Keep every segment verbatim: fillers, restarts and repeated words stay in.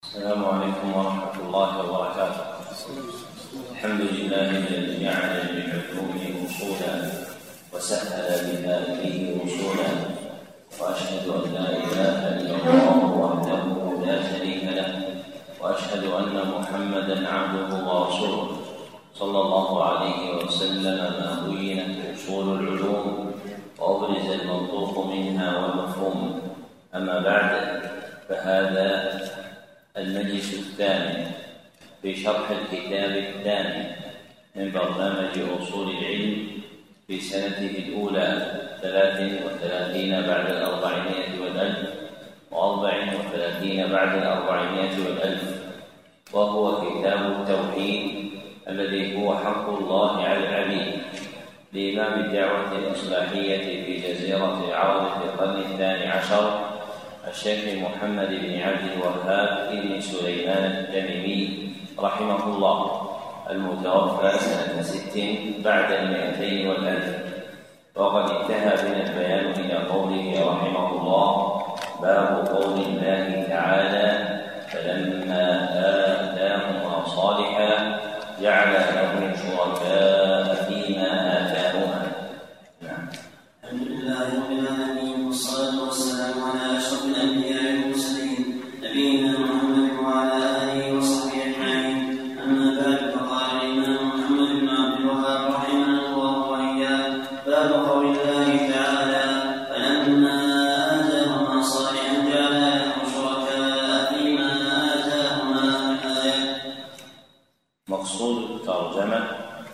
السلام عليكم ورحمة الله وبركاته. الحمد لله الذي جعل بعلومه وصولا وسهل بها إليه وصولا، وأشهد أن لا إله إلا الله وحده لا شريك له، وأشهد أن محمدا عبده ورسوله صلى الله عليه وسلم ما بينت أصول العلوم وأبرز المنطوق منها والمفهوم. أما بعد، فهذا المجلس الثاني في شرح الكتاب الثاني من برنامج أصول العلم في سنته الأولى ثلاث وثلاثين بعد الأربعمائة والألف وأربع وثلاثين بعد الأربعمائة والألف، وهو كتاب التوحيد الذي هو حق الله على العبيد لإمام الدعوة الإصلاحية في جزيرة العرب في القرن الثاني عشر الشيخ محمد بن عبد الوهاب بن سليمان التميمي رحمه الله، المتوفى سنة ست بعد المئتين والألف. وقد انتهى بنا البيان إلى قوله رحمه الله: باب قول الله تعالى: فلما آتاهما صالحا جعل له شركاء فيما آتاهما. نعم. الحمد لله رب العالمين، والصلاة والسلام على أشرف الأنبياء والمرسلين نبينا محمد وعلى آله وصحبه أجمعين. أما بعد، فقال الإمام محمد بن عبد الوهاب رحمه الله وإياه: باب قول الله تعالى: فلما آتاهما صالحا جعل له شركاء فيما آتاهما. الآية. مقصود الترجمة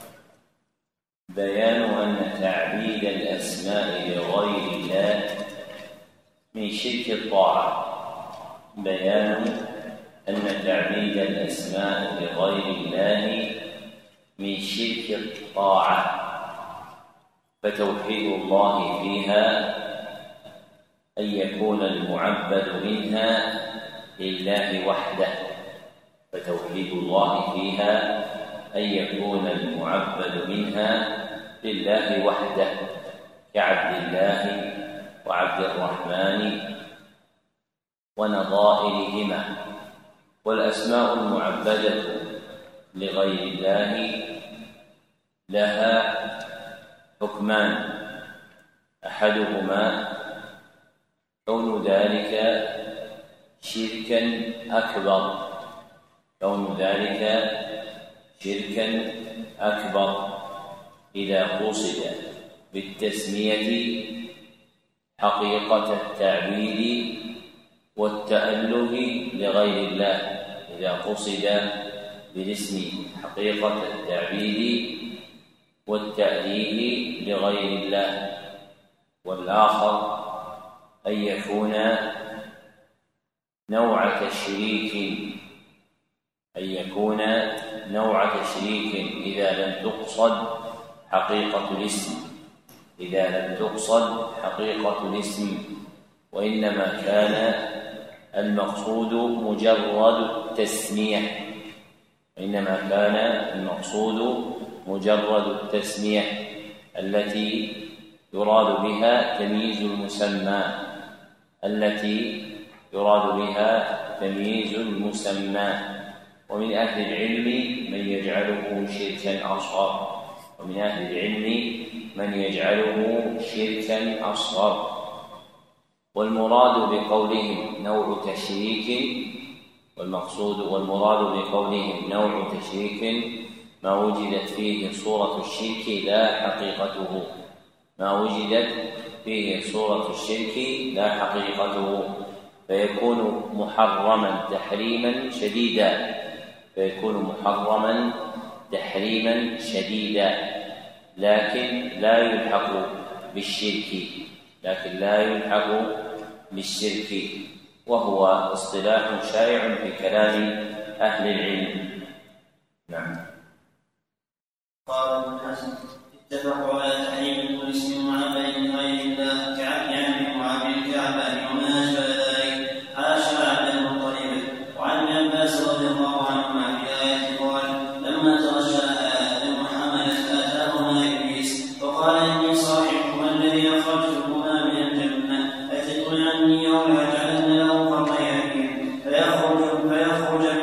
بيان أن تعبيد الأسماء لغير الله من شرك الطاعة. بيان أن تعبيد الأسماء لغير الله من شرك الطاعة، فتوحيد الله فيها أن يكون المعبد منها لله وحده، فتوحيد الله فيها أن يكون المعبد منها لله وحده، كعبد الله وعبد الرحمن ونظائرهما. والأسماء المعبدة لغير الله لها حكمان: أحدهما كون ذلك شركا أكبر كون ذلك شركا أكبر إذا قصد بالتسمية حقيقة التعبيد والتأله لغير الله، إذا قصد بالاسم حقيقة التعبيد والتأليه لغير الله. والآخر أن يكون نوع تشريك أن يكون نوع تشريك إذا لم تقصد حقيقة الاسم إذا لم تقصد حقيقة الاسم وإنما كان المقصود مجرد التسمية وإنما كان المقصود مجرد التسمية التي يراد بها تمييز المسمى التي يراد بها تمييز المسمى. ومن أهل العلم من يجعله شركا أصغر ومن أهل العلم من يجعله شركا أصغر. والمراد بقولهم نوع تشريك والمقصود والمراد بقولهم نوع تشريك ما وجدت فيه صورة الشرك لا حقيقته ما وجدت فيه صورة الشرك لا حقيقته فيكون محرما تحريما شديدا فيكون محرما تحريما شديدا لكن لا يلحق بالشرك لكن لا يلحق بالشرك وهو اصطلاح شائع في كلام أهل العلم. نعم. قال ابن حزم: اتفقوا على تحريم كل اسم معبد من غير الله كعبد وعبد الكعبة وما أشبه ذلك حاشا عبد المطلب. وعن ابن عباس رضي الله عنهما في الآية قال: لما تغشى آدم حملت آتاهما إبليس وقال: إني صاحبكما الذي أخرجتكما من الجنة أتطلعني يوم أجعلن له قرنين فيخرج فيخرج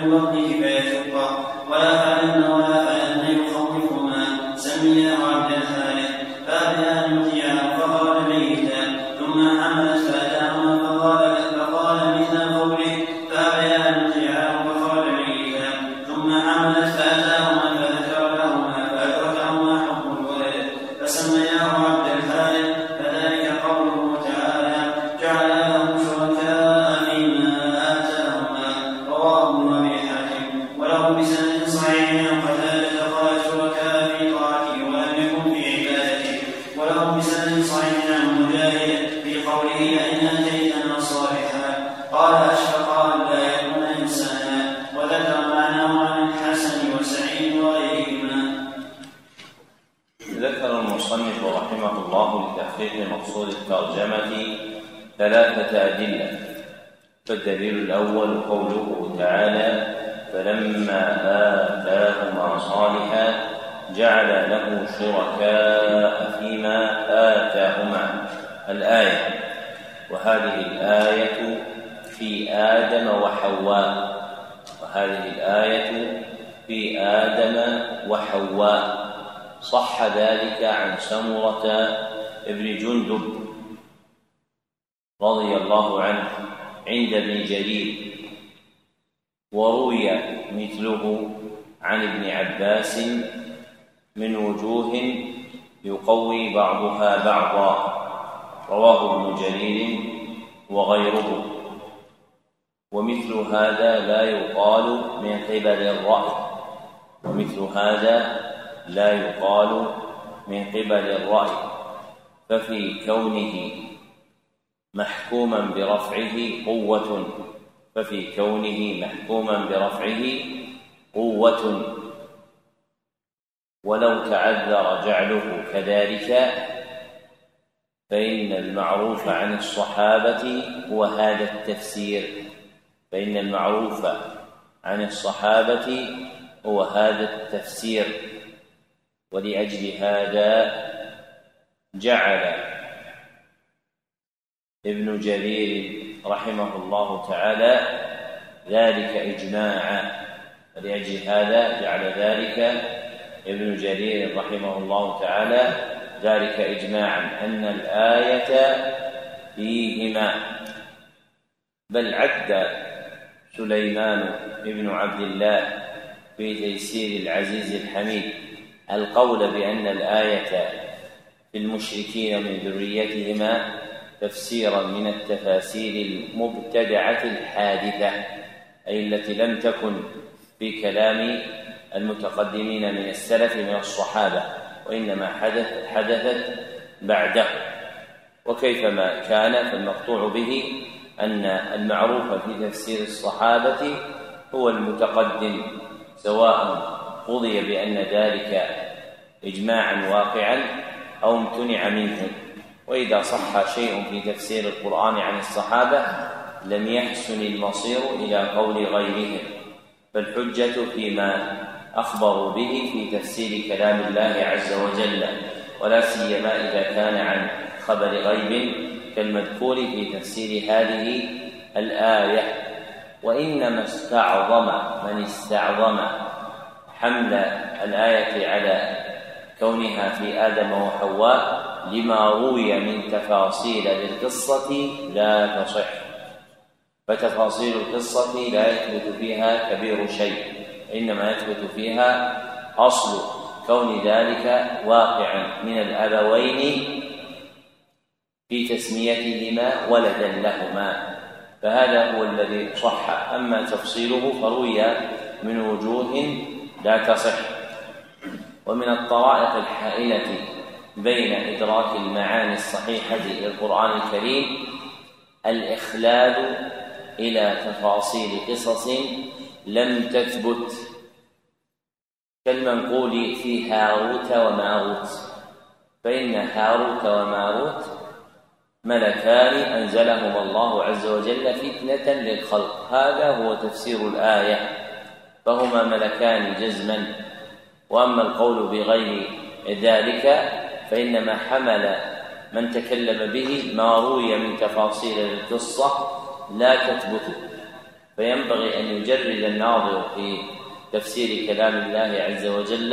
من بطنه فيشقه ولا فعلن ولا فعلن يخوفهما سمياه عبد الحارث فأبى أن يطيعه فقال ميتا ثم حملت فأتاهما فقال فقال مثل قوله فأبى أن يطيعه فقال ميتا ثم حملت فأتاهما فذكر لهما فأدركهما حب الولد فسمياه عبد الحارث فذلك قوله تعالى جعل لهم شركاء فيما آتاهما رواه ابن أبي حاتم وله بسند صحيح عن قتادة قال شركاء في طاعته ولم يكن في عبادته وله بسند صحيح عن مجاهد في قوله إن آتيتنا صالحا قال أشفق أن لا يكون إنسانا وذكر معناه عن الحسن وسعيد وغيرهما. ذكر المصنف رحمه الله لتحقيق مقصود الترجمة ثلاثة أدلة. فالدليل الأول قوله تعالى فلما آتاهما صالحا جعل له شركاء فيما آتاهما الآية، وهذه الآية في آدم وحواء وهذه الآية في آدم وحواء صح ذلك عن سمرة ابن جندب رضي الله عنه عند ابن جرير، وروي مثله عن ابن عباس من وجوه يقوي بعضها بعضا، رواه ابن جرير وغيره. ومثل هذا لا يقال من قبل الرأي ومثل هذا لا يقال من قبل الرأي ففي كونه محكوما برفعه قوة ففي كونه محكوما برفعه قوة ولو تعذر جعله كذلك فإن المعروف عن الصحابة هو هذا التفسير فإن المعروف عن الصحابة هو هذا التفسير ولأجل هذا جعل ابن جرير رحمه الله تعالى ذلك إجماعا ولأجل هذا جعل ذلك ابن جرير رحمه الله تعالى ذلك إجماعا أن الآية فيهما. بل عد سليمان بن عبد الله في تيسير العزيز الحميد القول بأن الآية في المشركين من ذريتهما تفسيرا من التفاسير المبتدعة الحادثة، أي التي لم تكن في كلام المتقدمين من السلف من الصحابة وإنما حدث حدثت بعده. وكيفما كان فالمقطوع به أن المعروف في تفسير الصحابة هو المتقدم، سواء قضي بأن ذلك إجماعا واقعا أو امتنع منه. وإذا صح شيء في تفسير القرآن عن الصحابة لم يحسن المصير إلى قول غيرهم، فالحجة فيما أخبروا به في تفسير كلام الله عز وجل، ولا سيما إذا كان عن خبر غيب كالمذكور في تفسير هذه الآية. وإنما استعظم من استعظم حمل الآية على كونها في آدم وحواء لما روي من تفاصيل للقصة لا تصح، فتفاصيل القصة لا يثبت فيها كبير شيء، إنما يثبت فيها أصل كون ذلك واقعا من الأبوين في تسميتهما ولدا لهما، فهذا هو الذي صح. أما تفصيله فروي من وجوه لا تصح. ومن الطرائق الحائلة بين إدراك المعاني الصحيحة للقرآن الكريم الإخلاد إلى تفاصيل قصص لم تثبت، كالمنقول في هاروت وماروت، فإن هاروت وماروت ملكان أنزلهما الله عز وجل فتنة للخلق، هذا هو تفسير الآية، فهما ملكان جزما. وأما القول بغير ذلك فإنما حمل من تكلم به ما روي من تفاصيل القصة لا تثبت، فينبغي أن يجرد الناظر في تفسير كلام الله عز وجل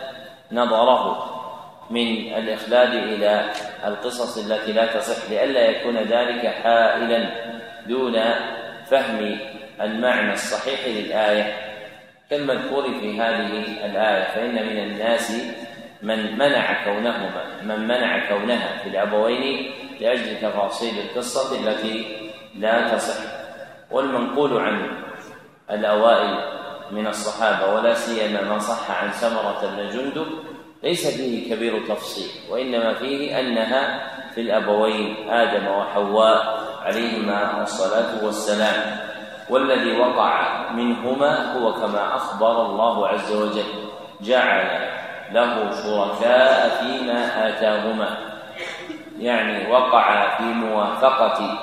نظره من الإخلاد إلى القصص التي لا تصح، لئلا يكون ذلك حائلا دون فهم المعنى الصحيح للآية كالمذكور في هذه الآية. فإن من الناس من منع كونهما من منع كونها في الأبوين لأجل تفاصيل القصة التي لا تصح. والمنقول عن الأوائل من الصحابة ولا سيما ما صح عن سمرة بن جندب ليس فيه كبير تفصيل، وإنما فيه أنها في الأبوين آدم وحواء عليهما الصلاة والسلام، والذي وقع منهما هو كما أخبر الله عز وجل جعل له شركاء فيما آتاهما، يعني وقع في موافقة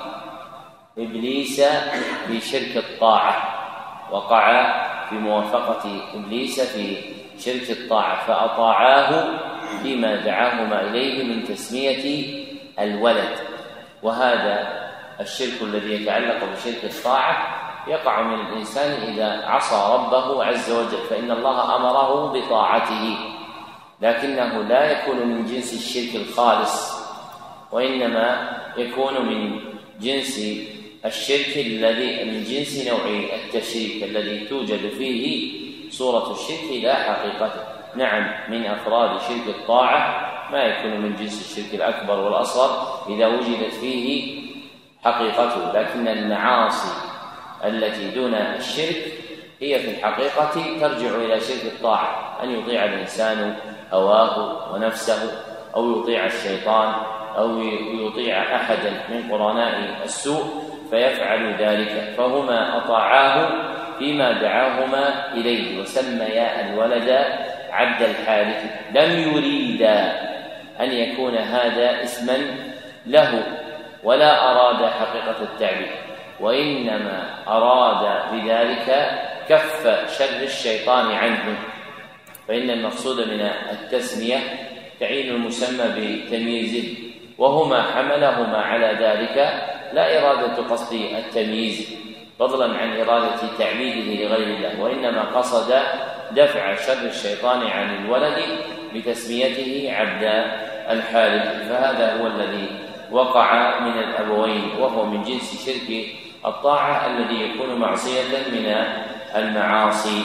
إبليس في شرك الطاعة وقع في موافقة إبليس في شرك الطاعة فأطاعاه فيما دعاهما إليه من تسمية الولد. وهذا الشرك الذي يتعلق بشرك الطاعة يقع من الإنسان إذا عصى ربه عز وجل، فإن الله أمره بطاعته، لكنه لا يكون من جنس الشرك الخالص، وإنما يكون من جنس الشرك الذي من جنس نوع التشريك الذي توجد فيه صورة الشرك لا حقيقته. نعم، من أفراد شرك الطاعة ما يكون من جنس الشرك الأكبر والأصغر إذا وجدت فيه حقيقته، لكن المعاصي التي دون الشرك هي في الحقيقة ترجع إلى شرك الطاعة، أن يطيع الإنسان هواه ونفسه أو يطيع الشيطان أو يطيع أحدا من قرناء السوء فيفعل ذلك، فهما أطاعاه فيما دعاهما إليه وسميا الولد عبد الحارث، لم يريدا أن يكون هذا اسما له ولا أراد حقيقة التعبير، وإنما أراد بذلك كف شر الشيطان عنه. فإن المقصود من التسمية تعيين المسمى بتمييزه، وهما حملهما على ذلك لا إرادة قصد التمييز فضلا عن إرادة تعبيده لغير الله، وإنما قصد دفع شر الشيطان عن الولد بتسميته عبد الحارث. فهذا هو الذي وقع من الأبوين، وهو من جنس شرك الطاعة الذي يكون معصية من المعاصي.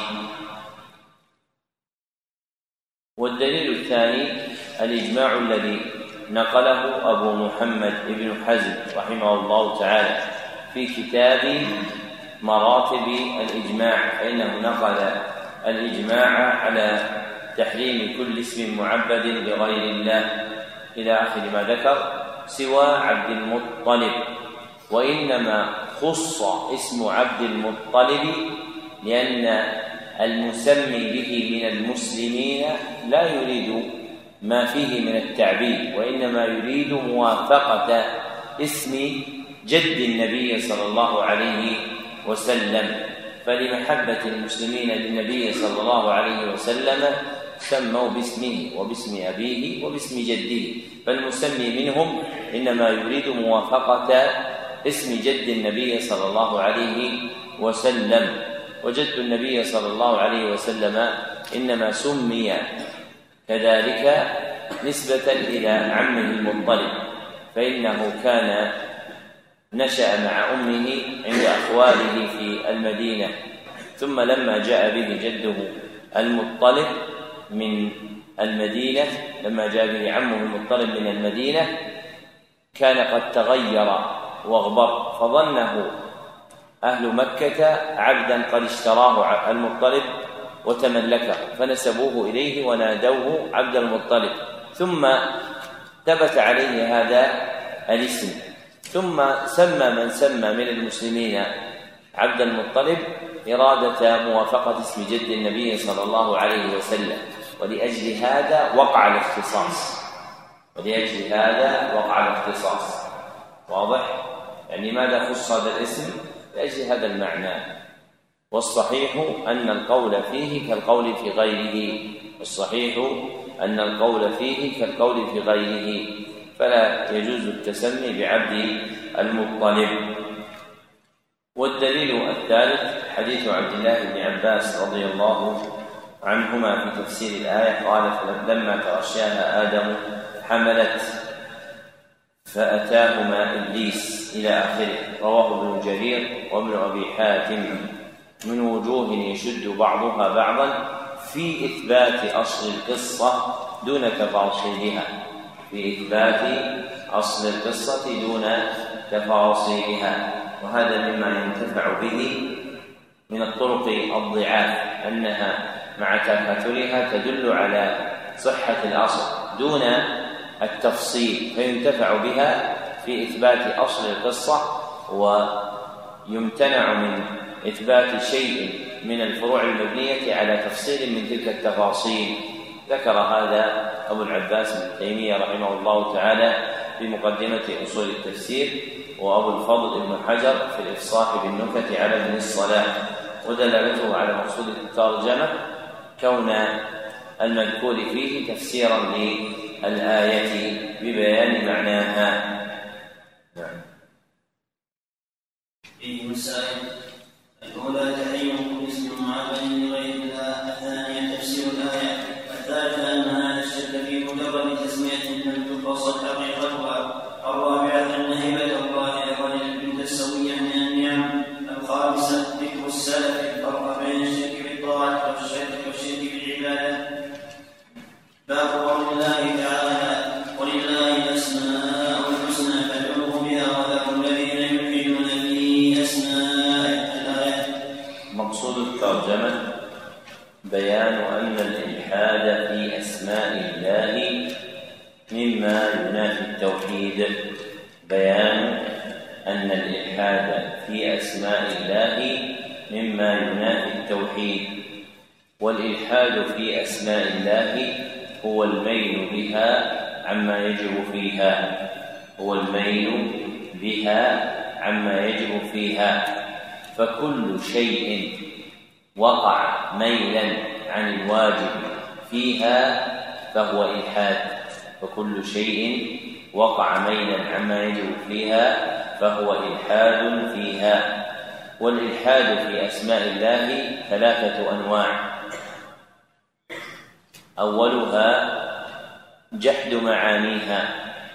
والدليل الثاني الإجماع الذي نقله أبو محمد بن حزم رحمه الله تعالى في كتاب مراتب الإجماع، فإنه نقل الإجماع على تحريم كل اسم معبد لغير الله إلى آخر ما ذكر سوى عبد المطلب، وإنما خص اسم عبد المطلب لأن المسمي به من المسلمين لا يريد ما فيه من التعبيد، وإنما يريد موافقة اسم جد النبي صلى الله عليه وسلم، فلمحبة المسلمين للنبي صلى الله عليه وسلم سموا باسمه وباسم أبيه وباسم جده، فالمسمي منهم إنما يريد موافقة اسم جد النبي صلى الله عليه وسلم. وجد النبي صلى الله عليه وسلم إنما سمي كذلك نسبة إلى عمه المطلب، فإنه كان نشأ مع أمه عند أخواله في المدينة، ثم لما جاء به جده المطلب من المدينة لما جاء به عمه المطلب من المدينة كان قد تغير واغبر، فظنه أهل مكة عبدا قد اشتراه المطلب وتملكه، فنسبوه إليه ونادوه عبد المطلب، ثم ثبت عليه هذا الاسم، ثم سمى من سمى من المسلمين عبد المطلب إرادة موافقة اسم جد النبي صلى الله عليه وسلم، ولأجل هذا وقع الاختصاص ولأجل هذا وقع الاختصاص واضح؟ يعني ماذا خص هذا الاسم؟ لأجل هذا المعنى. والصحيح أن القول فيه كالقول في غيره الصحيح أن القول فيه كالقول في غيره فلا يجوز التسمي بعبد المطلب. والدليل الثالث حديث عبد الله بن عباس رضي الله عنهما في تفسير الآية قال: لما تغشاها آدم حملت فأتاهما إبليس إلى آخره. رواه ابن جرير وابن أبي حاتم من وجوه يشد بعضها بعضا في إثبات أصل القصة دون تفاصيلها في إثبات أصل القصة دون تفاصيلها وهذا مما ينتفع به من الطرق الضعاف أنها مع تكاثرها تدل على صحة الأصل دون التفصيل، فينتفع بها في إثبات أصل القصة ويمتنع من إثبات شيء من الفروع المبنية على تفصيل من تلك التفاصيل. ذكر هذا أبو العباس بن تيمية رحمه الله تعالى في مقدمة أصول التفسير، وأبو الفضل ابن حجر في الإفصاح بالنكت على ابن الصلاح. ودلالته على مقصود الترجمة كون المذكور فيه تفسيرا للآية ببيان معناها. نعم. فيه مسائل: الأولى تحريم كل اسم معبد لغير الله، الثانية تفسير الآية، الثالثة أن هذا الشرك في مجرد تسمية لم تفصل حقيقتها، الرابعة أن هبة الله للرجل السوية من النعم، الخامسة ذكر السلف الفرق بين الشرك بالطاعة والشرك والشرك بالعبادة. باب قول الله تعالى: ولله الأسماء الحسنى فادعوه بها وذروا الذين يلحدون في أسمائه. الآية. مقصود الترجمة بيان أن الإلحاد في أسماء الله مما ينافي التوحيد بيان أن الإلحاد في أسماء الله مما ينافي التوحيد. والإلحاد في أسماء الله هو الميل بها عما يجب فيها هو الميل بها عما يجب فيها فكل شيء وقع ميلا عن الواجب فيها فهو إلحاد فكل شيء وقع ميلا عما يجب فيها فهو إلحاد فيها. والإلحاد في أسماء الله ثلاثة أنواع: أولها جحد معانيها،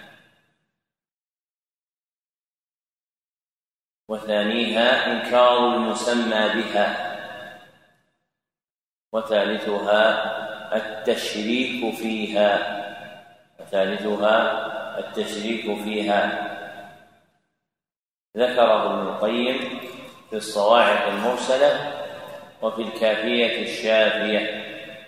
وثانيها إنكار المسمى بها، وثالثها التشريك فيها وثالثها التشريك فيها. ذكره ابن القيم في الصواعق المرسلة وفي الكافية الشافية،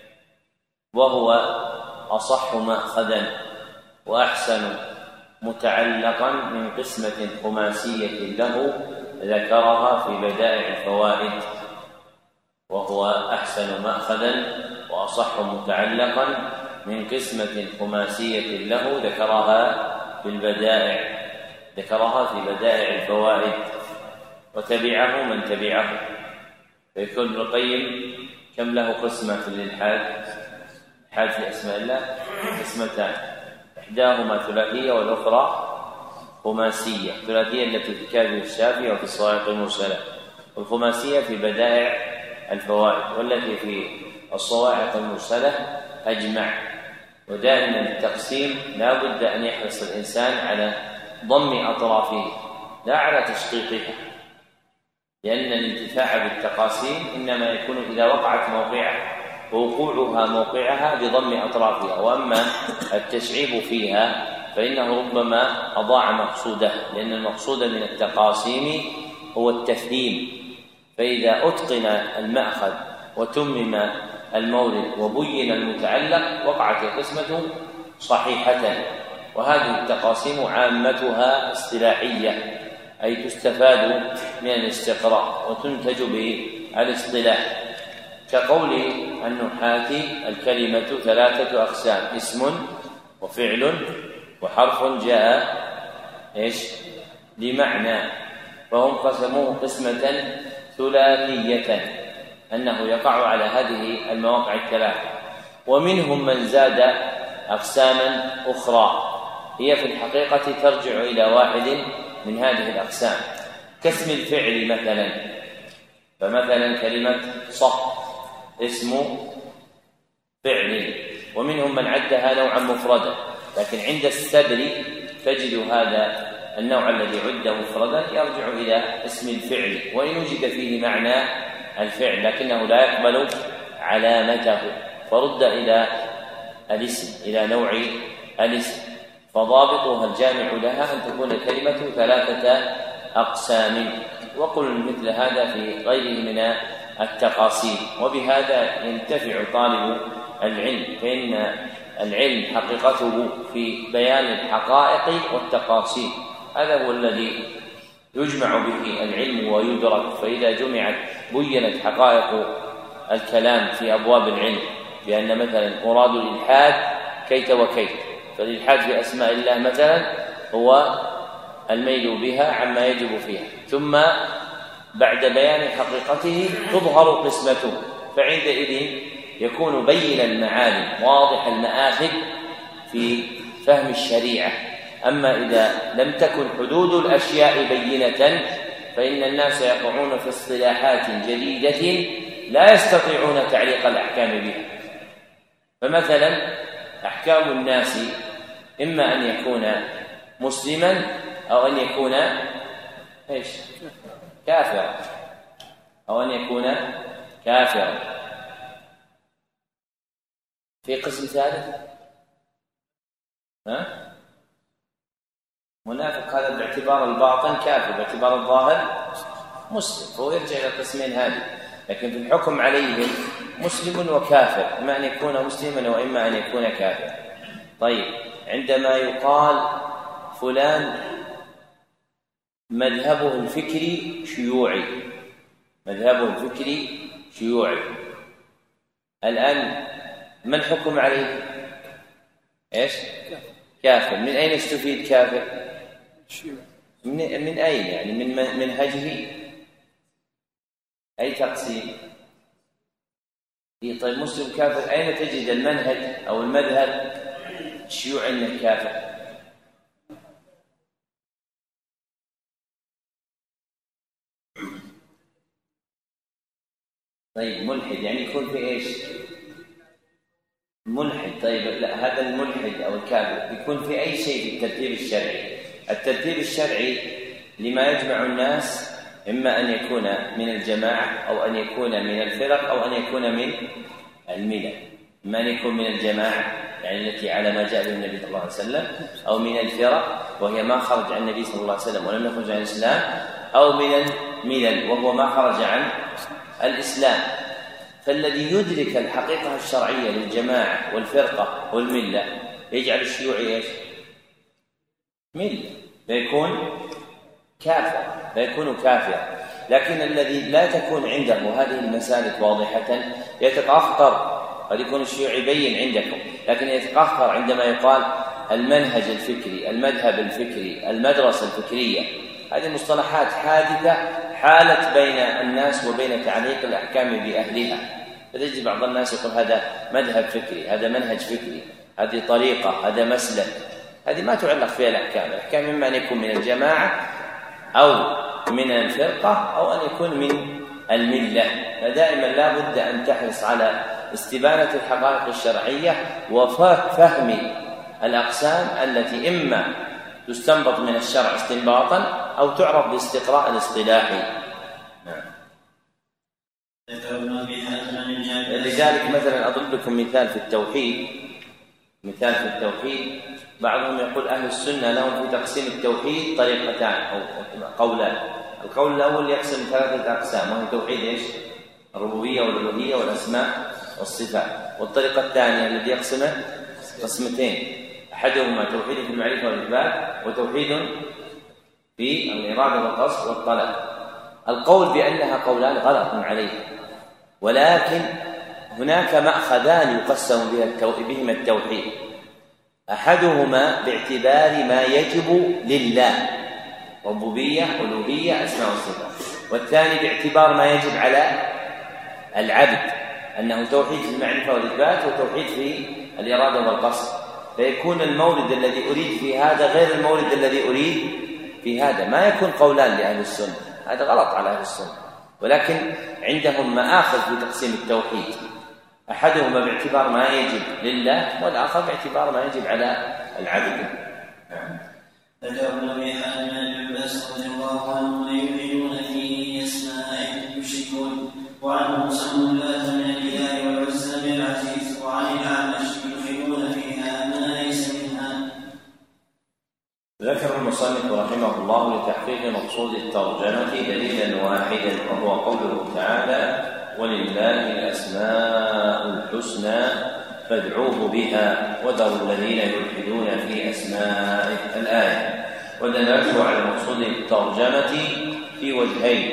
وهو أصح مأخذا وأحسن متعلقا من قسمة خماسية له ذكرها في بدائع الفوائد وهو أحسن مأخذا وأصح متعلقا من قسمة خماسية له ذكرها في البدائع ذكرها في بدائع الفوائد وتبعه من تبعه. فيكون ابن القيم كم له قسمة للإلحاد؟ الإلحاد في أسماء الله قسمتان، إحداهما ثلاثية والأخرى خماسية. الثلاثية التي في الكافية الشافية وفي الصواعق المرسلة، والخماسية في بدائع الفوائد، والتي في الصواعق المرسلة أجمع. ودائما التقسيم لا بد أن يحرص الإنسان على ضم أطرافه لا على تشقيقها، لأن الانتفاع بالتقاسيم إنما يكون إذا وقعت موقعها ووقوعها موقعها بضم أطرافها، وأما التشعيب فيها فإنه ربما أضاع مقصوده، لأن المقصود من التقاسيم هو التفهيم. فإذا أتقن المأخذ وتمم المورد وبين المتعلق وقعت القسمة صحيحة. وهذه التقاسيم عامتها اصطلاحية، أي تستفاد من الاستقراء وتنتج بالاصطلاح، كقول النحاة الكلمة ثلاثة أقسام: اسم وفعل وحرف جاء إيش لمعنى. فهم قسموه قسمة ثلاثية أنه يقع على هذه المواقع الثلاثة. ومنهم من زاد أقساما أخرى هي في الحقيقة ترجع إلى واحد من هذه الأقسام، كاسم الفعل مثلا، فمثلا كلمة صف اسم فعل، ومنهم من عدها نوعا مفردا، لكن عند السبر تجد هذا النوع الذي عد مفردا يرجع إلى اسم الفعل وإن وجد فيه معنى الفعل، لكنه لا يقبل علامته، فرد إلى الاسم، إلى نوع الاسم. فضابطها الجامع لها أن تكون الكلمة ثلاثة أقسام، وقل مثل هذا في غيره من التقاسيم، وبهذا ينتفع طالب العلم، فإن العلم حقيقته في بيان الحقائق والتقاسيم، هذا هو الذي يجمع به العلم ويدرك. فإذا جمعت بينت حقائق الكلام في أبواب العلم، بأن مثلا مراد الإلحاد كيت وكيت، فالإلحاد في أسماء الله مثلا هو الميل بها عما يجب فيها، ثم بعد بيان حقيقته تظهر قسمته، فعندئذ يكون بين المعالم واضح المآخذ في فهم الشريعة. أما إذا لم تكن حدود الأشياء بينة فإن الناس يقعون في اصطلاحات جديدة لا يستطيعون تعليق الأحكام بها. فمثلا أحكام الناس إما أن يكون مسلما أو أن يكون إيش؟ كافرا، أو أن يكون كافرا. في قسم ثالث ها؟ منافق، هذا باعتبار الباطن كافر، باعتبار الظاهر مسلم، فهو يرجع إلى القسمين هذه. لكن في الحكم عليهم مسلم وكافر، إما أن يكون مسلما وإما أن يكون كافرا. طيب، عندما يقال فلان مذهبه الفكري شيوعي، مذهبه الفكري شيوعي، الآن من حكم عليه؟ إيش؟ كافر. من أين استفيد كافر؟ من, من أين يعني؟ من منهجه أي تقسيم؟ طيب مسلم كافر، أين تجد المنهج أو المذهب الشيوعي أنه كافر؟ طيب ملحد يعني يكون في إيش؟ ملحد. طيب لا، هذا الملحد أو الكافر يكون في أي شيء في الترتيب الشرعي. الترتيب الشرعي لما يجمع الناس إما أن يكون من الجماعة أو أن يكون من الفرق أو أن يكون من الملل. إما أن يكون من الجماعة يعني التي على ما جاء به النبي صلى الله عليه وسلم، أو من الفرق وهي ما خرج عن النبي صلى الله عليه وسلم ولم يخرج عن الإسلام، أو من الملل وهو ما خرج عن الإسلام. فالذي يدرك الحقيقة الشرعية للجماعة والفرقة والملة يجعل الشيوعي إيش؟ ملة، فيكون كافر، فيكون كافر. لكن الذي لا تكون عنده هذه المسالك واضحة يتقهقر. قد يكون الشيوعي بين عندكم، لكن يتقهقر عندما يقال المنهج الفكري، المذهب الفكري، المدرسة الفكرية. هذه مصطلحات حادثة حالت بين الناس وبين تعليق الأحكام بأهلها. فتجد بعض الناس يقول هذا مذهب فكري، هذا منهج فكري، هذه طريقة، هذا مسلك. هذه ما تعلق فيها الأحكام. الأحكام إما أن يكون من الجماعة أو من الفرقة أو أن يكون من الملة. فدائما لا بد أن تحرص على استبانة الحقائق الشرعية وفهم الأقسام التي إما تستنبط من الشرع استنباطا أو تعرف باستقراء الاصطلاحي. لذلك مثلا أضرب لكم مثال في التوحيد. مثال في التوحيد، بعضهم يقول أهل السنة لهم في تقسيم التوحيد طريقتان أو قولان. القول الأول يقسم ثلاثة أقسام، وهي توحيد إيش؟ الربوبية والألوهية والأسماء والصفات. والطريقة الثانية الذي يقسمه قسمتين، أحدهما توحيد في المعرفة والإثبات، وتوحيد في الإرادة والقصد والطلب. القول بأنها قولان غلط عليه، ولكن هناك مأخذان يقسم بهما التوحيد. أحدهما باعتبار ما يجب لله، ربوبية ألوهية أسماء والصفات، والثاني باعتبار ما يجب على العبد، أنه توحيد في المعرفة والإثبات وتوحيد في الإرادة والقصد. فيكون المورد الذي أريد في هذا غير المورد الذي أريد في هذا. ما يكون قولان لأهل السنة، هذا غلط على أهل السنة، ولكن عندهم مآخذ في تقسيم التوحيد، أحدهما باعتبار ما يجب لله والآخر باعتبار ما يجب على العبد. ذكر ابن ابي حاتم بن عباس رضي الله عنه يؤمنون في اسمائه يشركون، وعنه سموا اللات من الاله والعزى من العزيز، وعن الاعمش يدخلون فيها ما ليس منها. ذكر المصنف رحمه الله لتحقيق مقصود الترجمة دليلا واحدا، وهو قوله تعالى: ولله الأسماء الحسنى فادعوه بها وذروا الذين يلحدون في أسمائه. الآية. ودلالته على مقصود الترجمة في وجهين: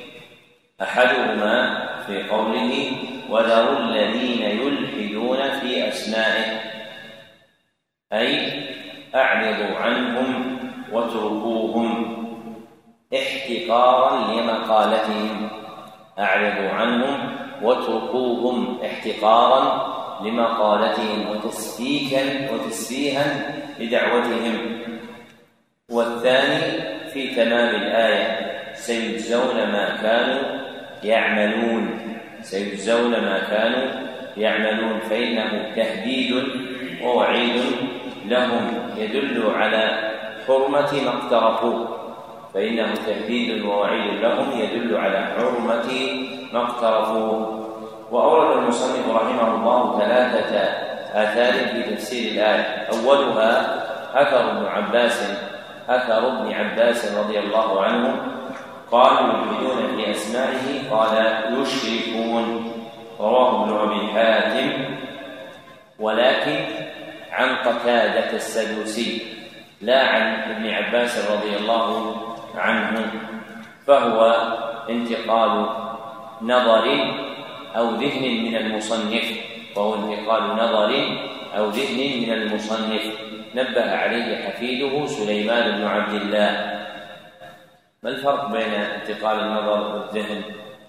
أحدهما في قوله: وذروا الذين يلحدون في أسمائه، أي أعرضوا عنهم واتركوهم احتقارا لمقالتهم، أعرضوا عنهم واتركوهم احتقارا لمقالتهم وتسفيكا وتسفيها لدعوتهم. والثاني في تمام الآية: سيجزون ما كانوا يعملون، سيجزون ما كانوا يعملون، فإنه تهديد ووعيد لهم يدل على حرمة ما اقترفوه، فإنه تهديد ووعيد لهم يدل على حرمة ما اقترفوه. وأورد المصنف رحمه الله ثلاثة آثار في تفسير الآية. أولها أثر ابن عباس أثر ابن عباس رضي الله عنه قالوا يلحدون في أسمائه، قال يشركون، رواه ابن أبي حاتم، ولكن عن قتادة السدوسي لا عن ابن عباس رضي الله عنه، فهو انتقال نظر أو ذهن من المصنف، وهو انتقال نظر أو ذهن من المصنف نبه عليه حفيده سليمان بن عبد الله. ما الفرق بين انتقال النظر والذهن؟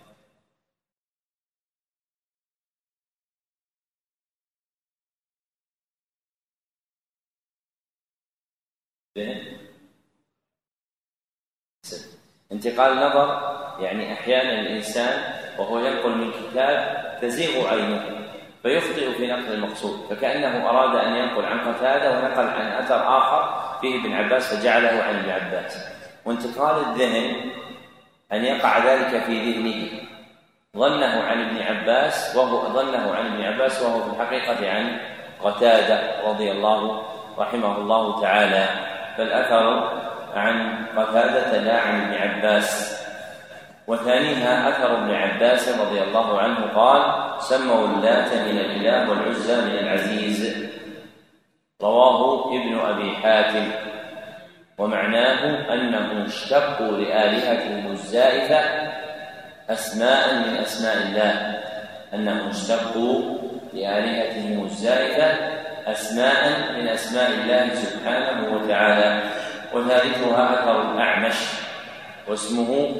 انتقال النظر يعني أحيانا الإنسان وهو ينقل من كتاب تزيغ عينه فيخطئ في نقل المقصود، فكأنه أراد أن ينقل عن قتادة ونقل عن أثر آخر فيه ابن عباس فجعله عن ابن عباس. وانتقال الذهن أن يقع ذلك في ذهنه، ظنه عن ابن عباس وهو ظنه عن ابن عباس وهو في الحقيقة عن قتادة رضي الله رحمه الله تعالى، فالأثر عن قتادة لا عن ابن عباس. وثانيها أثر ابن عباس رضي الله عنه قال: سموا اللات من الإله والعزى من العزيز، رواه ابن أبي حاتم. ومعناه أنهم اشتقوا لآلهتهم الزائفة أسماء من أسماء الله، أنهم اشتقوا لآلهتهم الزائفة أسماء من أسماء الله سبحانه وتعالى. وثالثها أثر الأعمش واسمه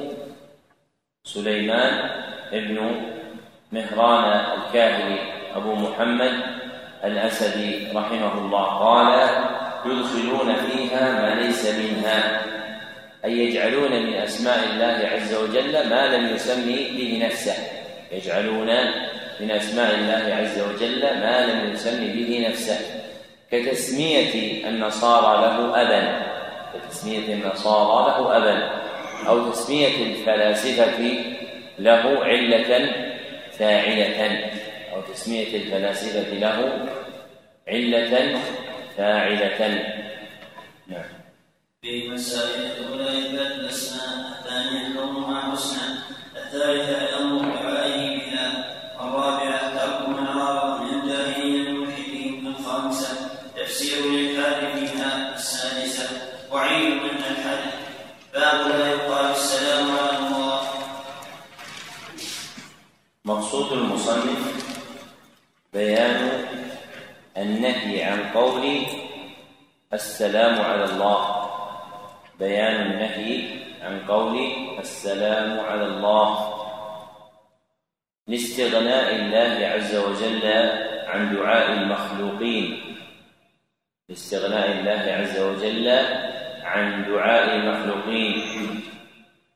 سليمان ابن مهران الكاهلي أبو محمد الأسدي رحمه الله قال: يدخلون فيها ما ليس منها، أي يجعلون من أسماء الله عز وجل ما لم يسمي به نفسه، يجعلون من أسماء الله عز وجل ما لم يسمي به نفسه، كتسمية النصارى له أبا، كتسمية النصارى له أبا، أو تسمية الفلاسفة له علة فاعلة، أو تسمية الفلاسفة له علة فاعلة. نعم. في مسائل الأولى إثبات الأسماء، الثانية كونها حسنى، الثالثة الأمر بدعائه بها، الرابعة ترك من عارض من الجاهلين الملحدين، الخامسة تفسير الإلحاد فيها، السادسة وعيد من الحد. باب لا يقال السلام على الله. مقصود المصنف بيان النهي عن قول السلام على الله، بيان النهي عن قول السلام على الله لاستغناء الله عز وجل عن دعاء المخلوقين، لاستغناء الله عز وجل عن دعاء المخلوقين.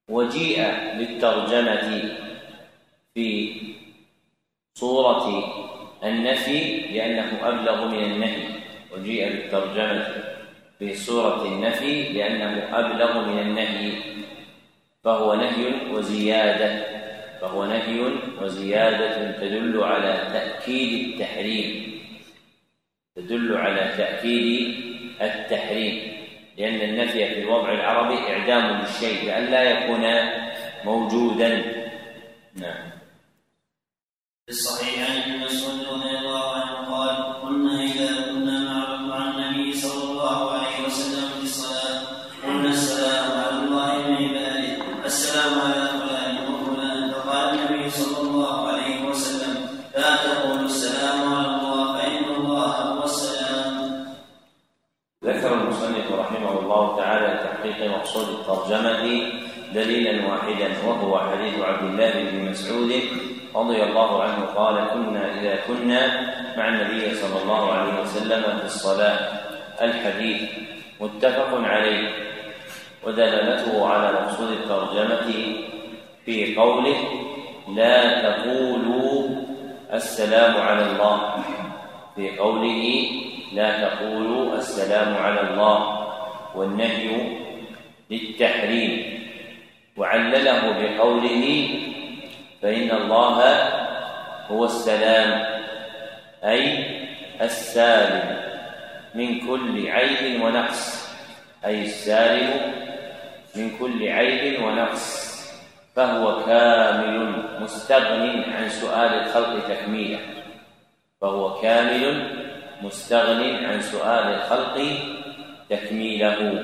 وجيء بالترجمة في صورة النفي لأنه أبلغ من النهي، وجيء بالترجمة في صورة النفي لأنه أبلغ من النهي، فهو نهي وزيادة فهو نهي وزيادة تدل على تأكيد التحريم تدل على تأكيد التحريم لأن النفي في الوضع العربي إعدام للشيء لئلا يكون موجودا. نعم. في الصحيحين عن مسعود رضي الله عنه قال: كنا إذا كنا مع النبي صلى الله عليه وسلم في الصلاة قلنا السلام على الله من عباده، السلام على فلان وفلان، فقال النبي صلى الله عليه وسلم: لا تقولوا السلام على الله فإن الله هو السلام. ذكر المصنف رحمه الله تعالى تحقيق مقصود الترجمة دليلا واحدا، وهو حديث عبد الله بن مسعود رضي الله عنه قال: كنا إذا كنا مع النبي صلى الله عليه وسلم في الصلاة. الحديث متفق عليه، ودلالته على مقصود الترجمة في قوله: لا تقولوا السلام على الله، في قوله لا تقولوا السلام على الله، والنهي للتحريم، وعلله بقوله: فإن الله هو السلام، أي السالم من كل عيب ونقص، أي السالم من كل عيب ونقص، فهو كامل مستغن عن سؤال الخلق تكميلا فهو كامل مستغن عن سؤال الخلق تكميله.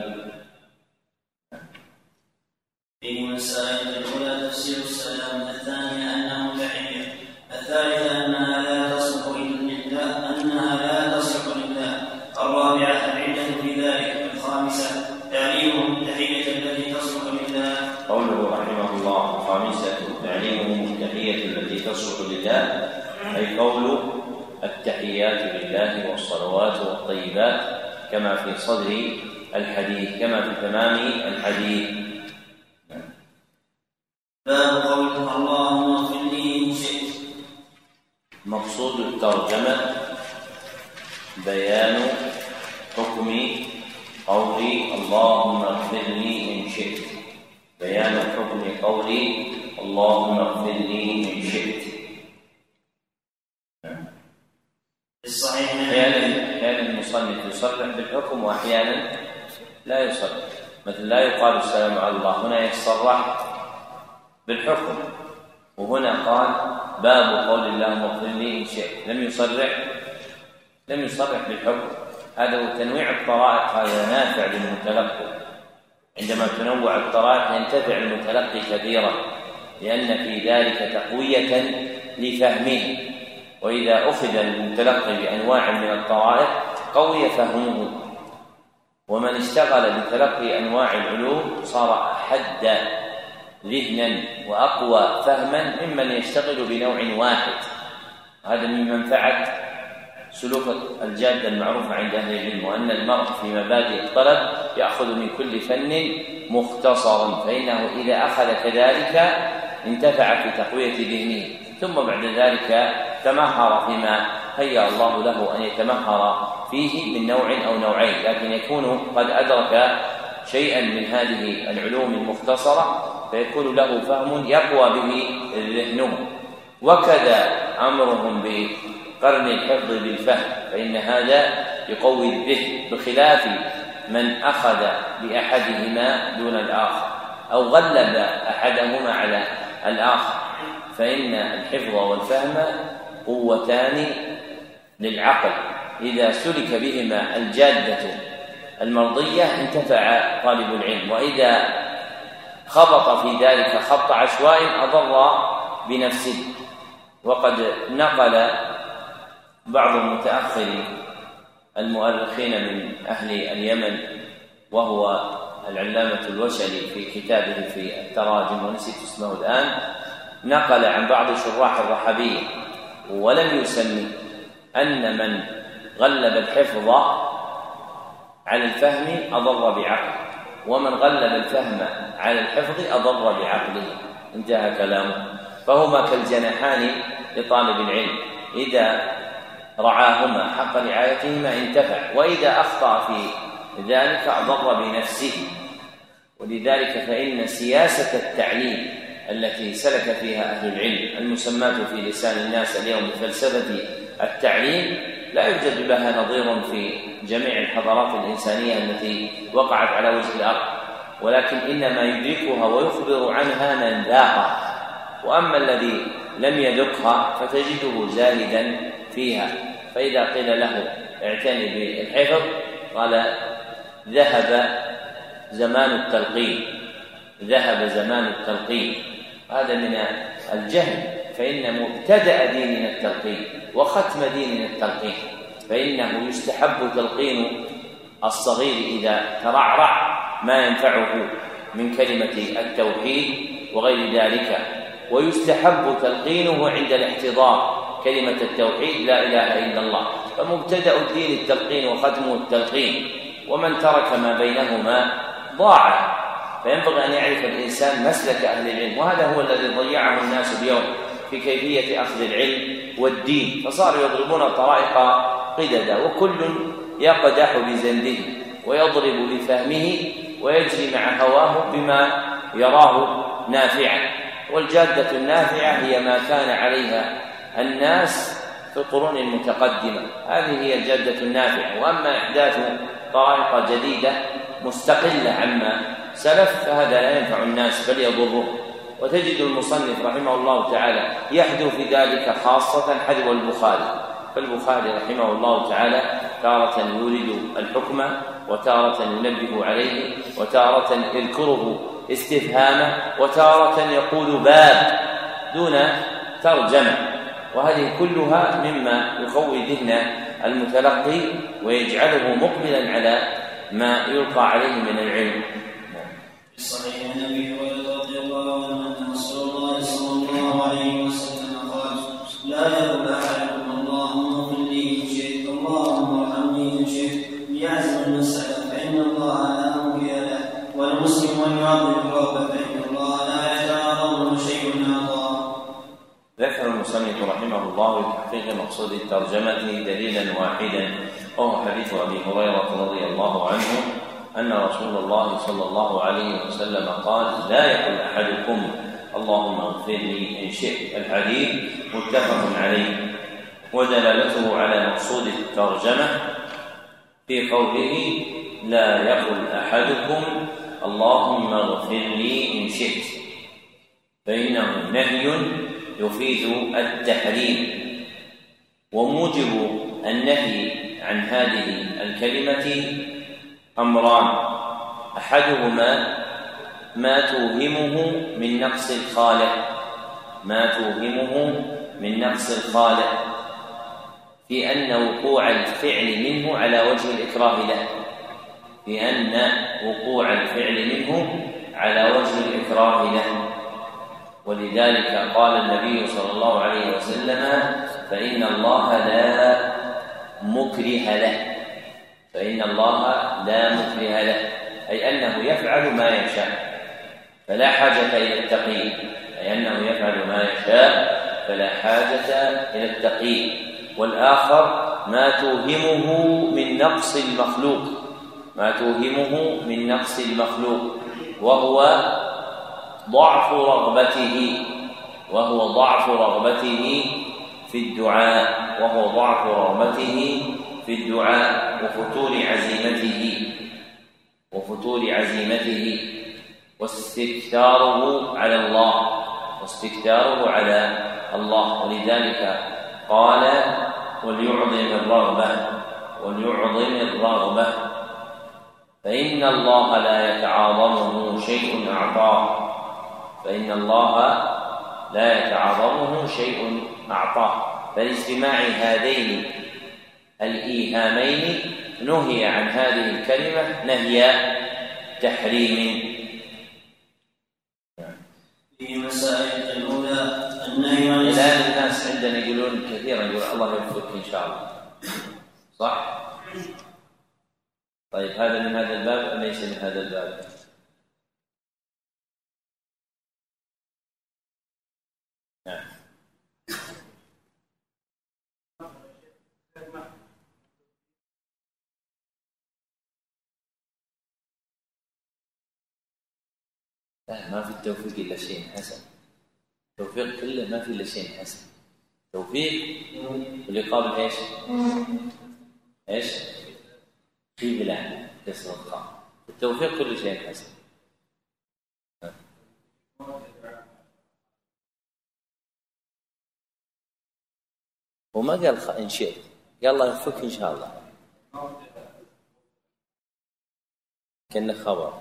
فيه مسائل: الأولى تفسير السلام، الثانية أنه تحية، الثالثة أنها لا تصح لله أنها لا تصح لله، الرابعة العلة في ذلك، الخامسة تعليمهم التحية التي تصح لله. قوله رحمه الله: الخامسة تعليمهم التحية التي تصح لله، أي قول التحيات لله والصلوات والطيبات كما في صدر الحديث، كما في تمام الحديث. باب قوله: اللهم اغفر لي إن شئت. مقصود الترجمة بيان حكم قولي اللهم اغفر لي إن شئت، بيان حكم قولي اللهم اغفر لي إن شئت. أحيانا المصنف يصرح بالحكم وأحيانا لا يصرح، مثل لا يقال السلام على الله، هنا يصرح بالحكم، وهنا قال باب قول اللهم اغفر لي إن شئت، لم يصرح لم يصرح بالحكم. هذا هو تنويع الطرائق، هذا نافع للمتلقي، عندما تنوع الطرائق ينتفع المتلقي كثيرا، لأن في ذلك تقوية لفهمه، وإذا أخذ المتلقي بأنواع من الطرائق قوي فهمه، ومن اشتغل بتلقي أنواع العلوم صار أحد ذهنا وأقوى فهما ممن يشتغل بنوع واحد. هذا من منفعة سلوك الجادة المعروفة عند أهل العلم، وأن المرء في مبادئ الطلب يأخذ من كل فن مختصرا، فإنه إذا أخذ كذلك انتفع في تقوية ذهنه، ثم بعد ذلك تمهر فيما هيأ الله له أن يتمهر فيه من نوع أو نوعين، لكن يكون قد أدرك شيئا من هذه العلوم المختصرة فيكون له فهم يقوى به ذهنه. وكذا أمرهم بقرن الحفظ بالفهم، فإن هذا يقوي الذهن، بخلاف من أخذ بأحدهما دون الآخر أو غلب أحدهما على الآخر، فإن الحفظ والفهم قوتان للعقل، إذا سلك بهما الجادة المرضية انتفع طالب العلم، وإذا خبط في ذلك خبط عشواء أضر بنفسه. وقد نقل بعض المتأخرين المؤرخين من أهل اليمن، وهو العلامة الوشلي في كتابه في التراجم ونسيت اسمه الآن، نقل عن بعض شراح الرحبية ولم يسمي أن من غلب الحفظ على الفهم أضر بعقل، ومن غلب الفهم على الحفظ أضر بعقله. انتهى كلامه. فهما كالجناحان لطالب العلم، إذا رعاهما حق رعايتهما انتفع، وإذا أخطأ في ذلك أضر بنفسه. ولذلك فإن سياسة التعليم التي سلك فيها أهل العلم المسماة في لسان الناس اليوم بفلسفة التعليم لا يوجد لها نظير في جميع الحضارات الإنسانية التي وقعت على وجه الأرض، ولكن إنما يدركها ويخبر عنها من ذاقها، وأما الذي لم يذقها فتجده زاهدا فيها. فإذا قيل له اعتني بالحفظ قال ذهب زمان التلقين، ذهب زمان التلقين. هذا من الجهل، فإن مبتدأ ديننا التلقين وختم ديننا التلقين، فإنه يستحب تلقين الصغير إذا ترعرع ما ينفعه من كلمة التوحيد وغير ذلك، ويستحب تلقينه عند الاحتضار كلمة التوحيد لا إله إلا الله. فمبتدأ الدين التلقين وختمه التلقين، ومن ترك ما بينهما ضاع. فينبغي أن يعرف الإنسان مسلك أهل العلم، وهذا هو الذي ضيعه الناس اليوم في كيفية أخذ العلم والدين، فصاروا يضربون طرائق قددا، وكل يقدح بزنده ويضرب بفهمه ويجري مع هواه بما يراه نافعا. والجادة النافعة هي ما كان عليها الناس في القرون المتقدمة، هذه هي الجادة النافعة. وأما إحداث طرائق جديدة مستقلة عما سلف فهذا لا ينفع الناس بل يضره. وتجد المصنف رحمه الله تعالى يحدو في ذلك خاصة حذو البخاري، فالبخاري رحمه الله تعالى تارة يورد الحكم وتارة ينبه عليه وتارة يذكره استفهامه وتارة يقول باب دون ترجمة، وهذه كلها مما يقوي ذهن المتلقي ويجعله مقبلا على ما يلقى عليه من العلم. في الصحيح عن ابي هريره رضي الله عنه ان رسول الله صلى الله عليه وسلم قال: لا يقل احدكم اللهم اغفر لي ان شئت، اللهم ارحمني ان شئت، ليعزم المساله فان الله لا مضي له، والمسلم ان يعظم الرب فان الله لا يتعاظم شيء اعطاه. ذكر المصنف رحمه الله لتحقيق مقصود الترجمه دليلا واحدا، وهو حديث ابي هريره رضي الله عنه أن رسول الله صلى الله عليه وسلم قال: لا يقل أحدكم اللهم اغفر لي إن شئت. الحديث متفق عليه، ودلالته على مقصود الترجمة في قوله: لا يقل أحدكم اللهم اغفر لي إن شئت، فإنه نهي يفيد التحريم. وموجب النهي عن هذه الكلمة أمران: أحدهما ما توهمه من نقص الخالق، ما توهمه من نقص الخالق في أن وقوع الفعل منه على وجه الإكراه له، في أن وقوع الفعل منه على وجه الإكراه له. ولذلك قال النبي صلى الله عليه وسلم: فإن الله لا مكره له، فإن الله لا مكره له، أي أنه يفعل ما يشاء فلا حاجة إلى التقييد، أي أنه يفعل ما يشاء فلا حاجة إلى التقييد. والآخر ما توهمه من نقص المخلوق، ما توهمه من نقص المخلوق وهو ضعف رغبته، وهو ضعف رغبته في الدعاء، وهو ضعف رغبته في الدعاء وفتور عزيمته وفتور عزيمته واستكثاره على الله واستكثاره على الله. ولذلك قال: وليعظم الرغبة وليعظم الرغبة فإن الله لا يتعاظمه شيء أعطاه، فإن الله لا يتعاظمه شيء أعطاه. فلاجتماع هذين الإيهامين نهي عن هذه الكلمة نهي تحريم. في مسائل الأولى النهي عن الآن الناس عندنا يقولون كثيرا يقول الله يوفقك إن شاء الله، صح؟ طيب هذا من هذا الباب أم ليس من هذا الباب؟ لا، ما في التوفيق إلا شيء حسن. التوفيق كله ما في إلا شيء حسن. توفيق والإقابل إيش؟ إيش؟ في بلاد كسر الخاء. التوفيق كل شيء حسن. وما قال خ... إن شئت، قال الله يوفقك إن شاء الله، كأنه خبر.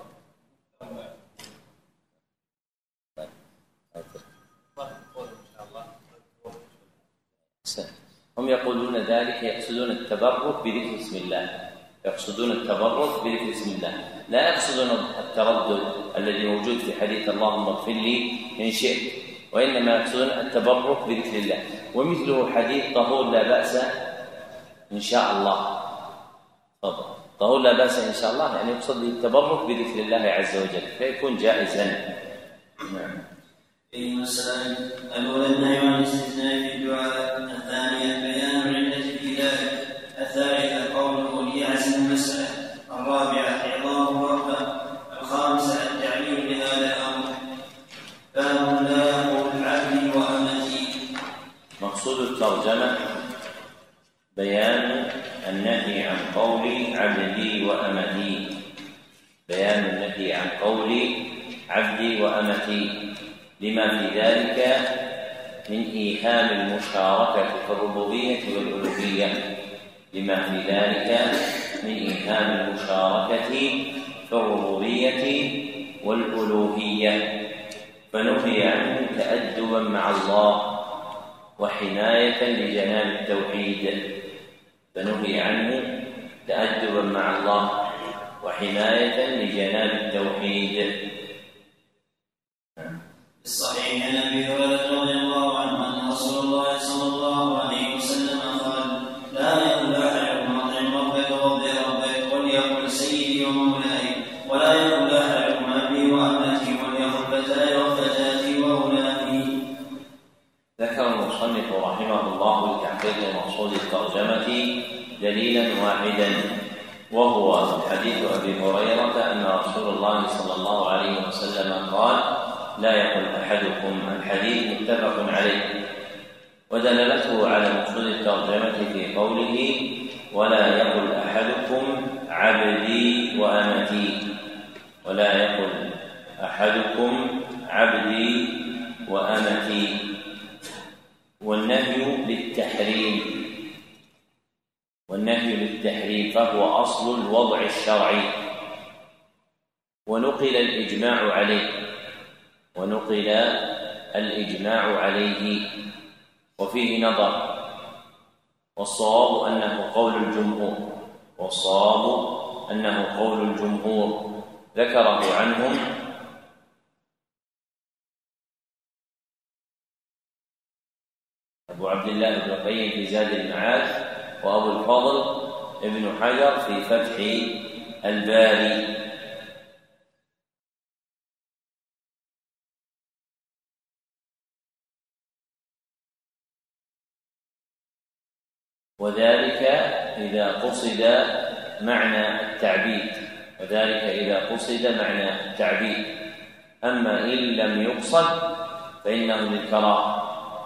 هم يقولون ذلك، يقصدون التبرك بذكر اسم الله، يقصدون التبرك بذكر اسم الله، لا يقصدون التردد الذي موجود في حديث اللهم اغفر لي إن شئت، وإنما يقصدون التبرك بذكر الله. ومثله حديث طهور لا بأس إن شاء الله. تفضل. طهور لا بأس إن شاء الله يعني يقصد التبرك بذكر الله عز وجل، فيكون جائزا. نعم. في مسائل: الأولى النهي عن الاستثناء في الدعاء، الثانية بيان علة في ذلك، الثالثة قوله ليعزم المسألة، الرابعة إعظام الرغبة، الخامسة التعليل لهذا الأمر. باب لا يقول عبدي وأمتي. مقصود الترجمة بيان النهي عن قول عبدي وأمتي، بيان النهي عن قول عبدي وأمتي، لما في ذلك من إيهام المشاركة في الربوبية والألوهية، لما في ذلك من إيهام المشاركة في الربوبية والألوهية، فنهي عنه تأدبا مع الله وحماية لجناب التوحيد، فنهي عنه تأدبا مع الله وحماية لجناب التوحيد. الصحيح عن ابي هريره رضي الله عنه ان رسول الله صلى الله عليه وسلم قال: لا يقل احدكم اطعم ربك وارض ربك وليقل سيدي ومولاي، ولا يقل احدكم ابي وامتي وليقل فتاي وفتاتي واولادي. ذكر المصنف رحمه الله لتحقيق مقصود الترجمه دليلا واحدا، وهو حديث ابي هريره ان رسول الله صلى الله عليه وسلم قال: لا يقل أحدكم. الحديث متفق عليه، ودلالته على مقصود الترجمة في قوله: ولا يقل أحدكم عبدي وأمتي، ولا يقل أحدكم عبدي وأمتي. والنهي للتحريم، والنهي للتحريم فهو أصل الوضع الشرعي، ونقل الإجماع عليه، ونقل الإجماع عليه، وفيه نظر، والصواب أنه قول الجمهور، والصواب أنه قول الجمهور ذكره عنهم أبو عبد الله بن القيم في زاد المعاد، وأبو الفضل ابن حجر في فتح الباري. وذلك إذا قصد معنى التعبيد، وذلك إذا قصد معنى التعبيد، أما إن لم يقصد فإنه للكراهة،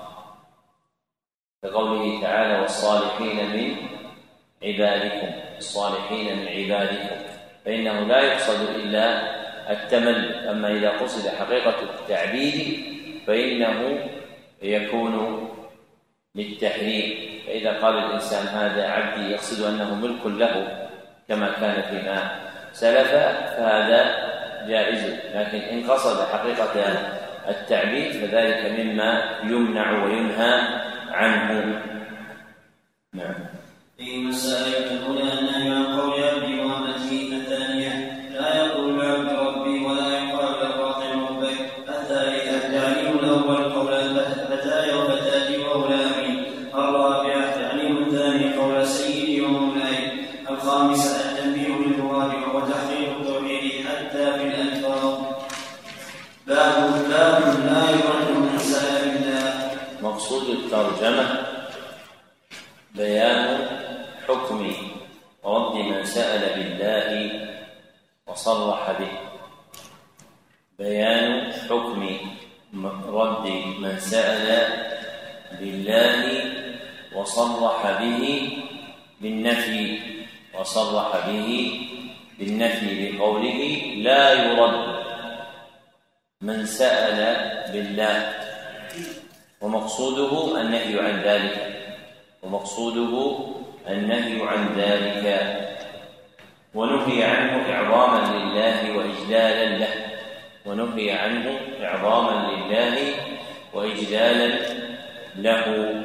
كقوله تعالى: والصالحين من عبادكم، الصالحين من عبادكم، فإنه لا يقصد إلا التملك. أما إذا قصد حقيقة التعبيد فإنه يكون للتحريم. فإذا قال الإنسان هذا عبدي يقصد أنه ملك له كما كان فيما سلف فهذا جائز، لكن إن قصد حقيقة التعبيد فذلك مما يمنع وينهى عنه. نعم. في مسائل: الأولى النهي عن قول عبدي وأمتي، الثانية لا يقول العبد ربي ولا يقال له أطعم ربك، الثالثة التعليم الأول قول فتاي وفتاتي وأولادي، الرابعة تعليم الثاني قول سيدي ومولاي، الخامسة التنبيه للمراد وتحقيق التوحيد حتى في الألفاظ. باب باب لا يرد من سأل بالله. مقصود الترجمة بيان حكم رد من سأل بالله وصرح به، بيان حكم رد من سأل بالله وصرح به بالنفي وصرح به بالنفي بقوله لا يرد من سأل بالله، ومقصوده النهي عن ذلك ومقصوده النهي عن ذلك ونهي عنه إعظاما لله وإجلالا له ونهي عنه إعظاما لله وإجلالا له.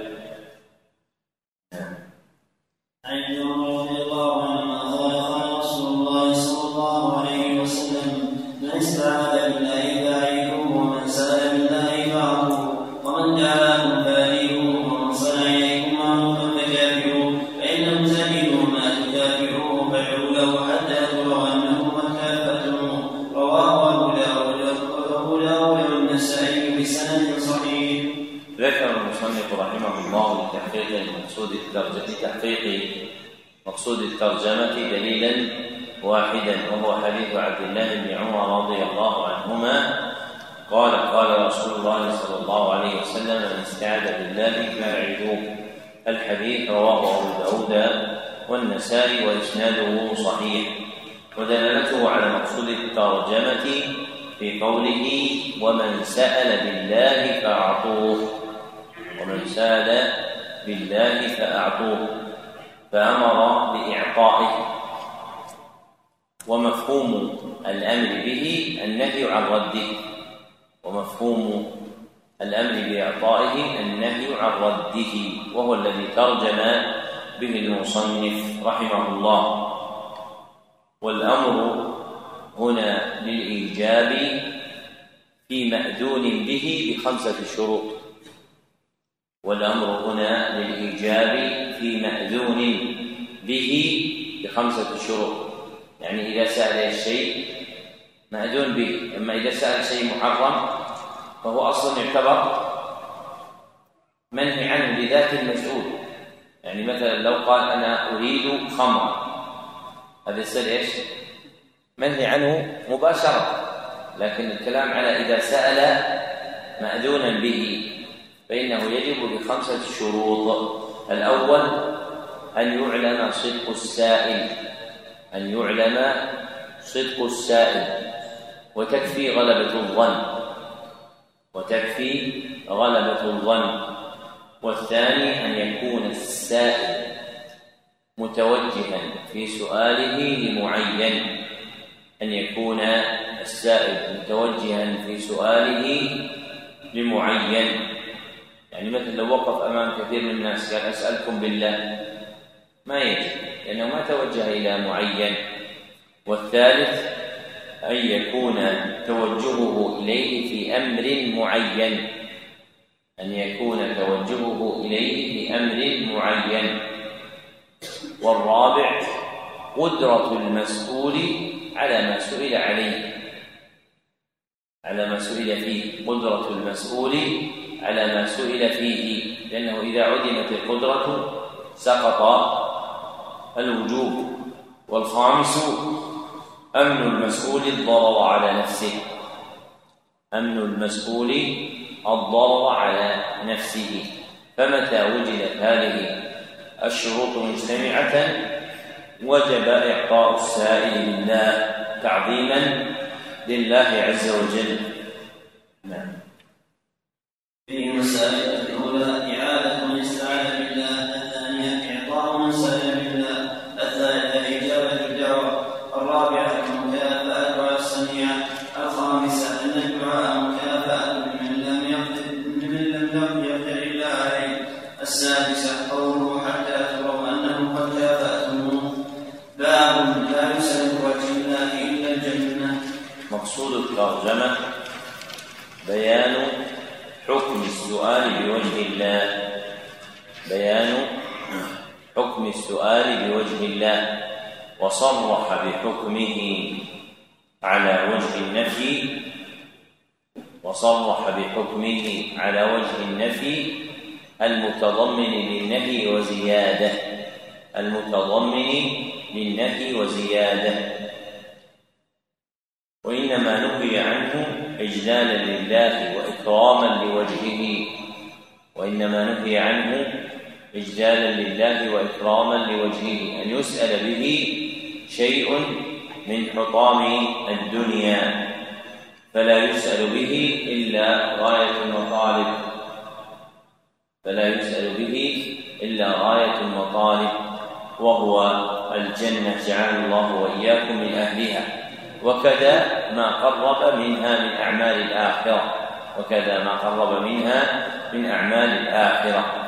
عن عمر رضي الله عنه قال قال رسول الله صلى الله عليه وسلم من استعاذ بالله فاعذوه ومن سأل بالله فاعطوه ومن دعاكم فأجيبوه ومن صنع إليكم معروفا فكافئوه فإن لم تجدوا ما تكافئوه فادعوا له حتى تروا أنه قد كافأتموه. رواه أبو داود والنسائي بسند صحيح. ذكر المصنف رحمه الله لتحقيق مقصود الترجمة لتحقيق مقصود الترجمة دليلا واحدا، وهو حديث عبد الله بن عمر رضي الله عنهما قال قال رسول الله صلى الله عليه وسلم من استعاذ بالله فاعذوه. الحديث رواه أبو داود والنسائي وإسناده صحيح، ودلالته على مقصود الترجمة في قوله ومن سأل بالله فأعطوه ومن سأل بالله فأعطوه فأمر بإعطائه، ومفهوم الأمر به النهي عن رده ومفهوم الأمر بإعطائه النهي عن رده، وهو الذي ترجم به المصنف رحمه الله. والأمر هنا للإيجاب في مأذون به بخمسة شروط والأمر هنا للإيجاب في مأذون به بخمسة شروط. يعني إذا سأل الشيء مأذون به، أما إذا سأل شيء محرم فهو أصلا يعتبر منهي عنه لذات المسؤول. يعني مثلا لو قال أنا أريد خمرا، هذا السؤال إيش؟ منهي عنه مباشرة، لكن الكلام على إذا سأل مأذونا به فإنه يجب بخمسة شروط. الأول أن يعلم صدق السائل أن يعلم صدق السائل وتكفي غلبة الظن وتكفي غلبة الظن. والثاني أن يكون السائل متوجها في سؤاله لمعين أن يكون السائل متوجها في سؤاله لمعين. يعني مثل لو وقف أمام كثير من الناس قال أسألكم بالله ما يجب، لأنه ما توجه إلى معين. والثالث أن يكون توجهه إليه في أمر معين أن يكون توجهه إليه في أمر معين. والرابع قدرة المسؤول على ما سئل عليه على ما سئل فيه قدرة المسؤول على ما سئل فيه، لأنه إذا عدمت القدرة سقط الوجوب. والخامس أمن المسؤول الضرر على نفسه أمن المسؤول الضرر على نفسه. فمتى وجدت هذه الشروط مجتمعة وجب إعطاء السائل بالله تعظيما لله عز وجل. نعم. في مسائل الأولى إعادة من استعاذ بالله، الثانية إعطاء من سأل بالله، الثالثة إجابة الدعوة، الرابعة المكافأة على الصنيع، الخامسة أن الدعاء مكافأة لمن لم يقدر لمن لم يقدر الله عليه، السادسة قوله حتى تروا أنه قد كافأتموه. باب لا يسأل وجه الله إلا الجنة. مقصود الترجمة بيان حكم السؤال بوجه الله بيان حكم السؤال بوجه الله وصرح بحكمه على وجه النفي وصرح بحكمه على وجه النفي المتضمن للنهي وزيادة المتضمن للنهي وزيادة وإنما نهي عنه إجلالا لله وإكراما لوجهه، وإنما نهي عنه إجلالا لله وإكراما لوجهه أن يسأل به شيء من حطام الدنيا، فلا يسأل به إلا غاية المطالب فلا يسأل به إلا غاية المطالب وهو الجنة، جعل الله وإياكم من أهلها. وكذا ما قرب منها من أعمال الآخرة وكذا ما قرب منها من أعمال الآخرة.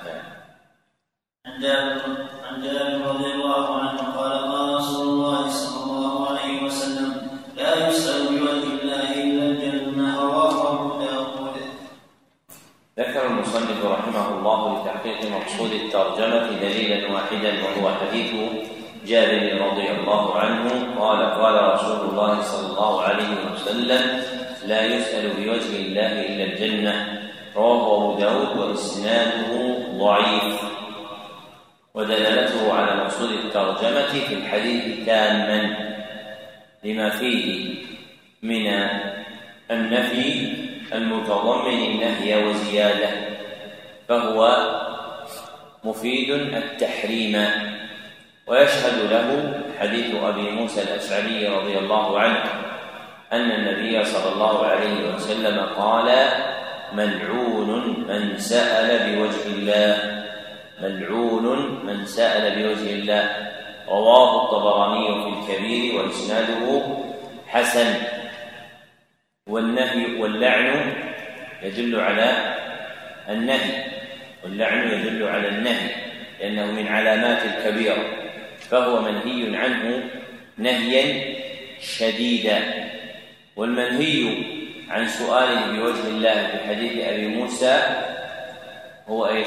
عن جابر رضي الله عنه قال قال رسول الله صلى الله عليه وسلم لا يسأل بوجه الله إلا الجنة، رواه أبو داود. ذكر المصنف رحمه الله لتحقيق مقصود الترجمة دليلا واحدا، وهو حديث جابر رضي الله عنه قال قال رسول الله صلى الله عليه وسلم لا يسأل بوجه الله إلا الجنة، رواه أبو داود وإسناده ضعيف. ودلالته على مقصود الترجمة في الحديث تاما لما فيه من النفي المتضمن النهي وزيادة، فهو مفيد التحريم. ويشهد له حديث أبي موسى الأشعري رضي الله عنه أن النبي صلى الله عليه وسلم قال ملعون من سأل بوجه الله ملعون من سأل بوجه الله، رواه الطبراني في الكبير وإسناده حسن. والنهي واللعن يدل على النهي واللعن يدل على النهي لأنه من علامات الكبيرة، فهو منهي عنه نهيا شديدا. والمنهي عن سؤاله بوجه الله في حديث أبي موسى هو إيش؟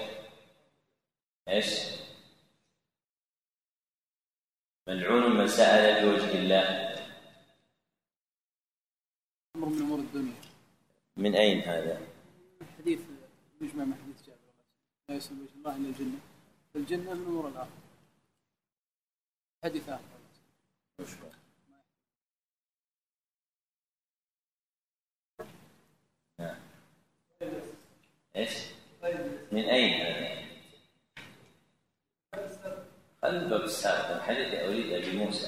إيش؟ ملعون من سأل بوجه الله. أمر من أمور الدنيا. من أين هذا؟ حديث يجمع مع حديث جابر لا يسأل بوجه الله إلا الجنة، فالجنة من أمور الآخرة. حديث آخر. نعم. إيش؟ من أين هذا؟ الباب السابق حديث أوليد أبي موسى،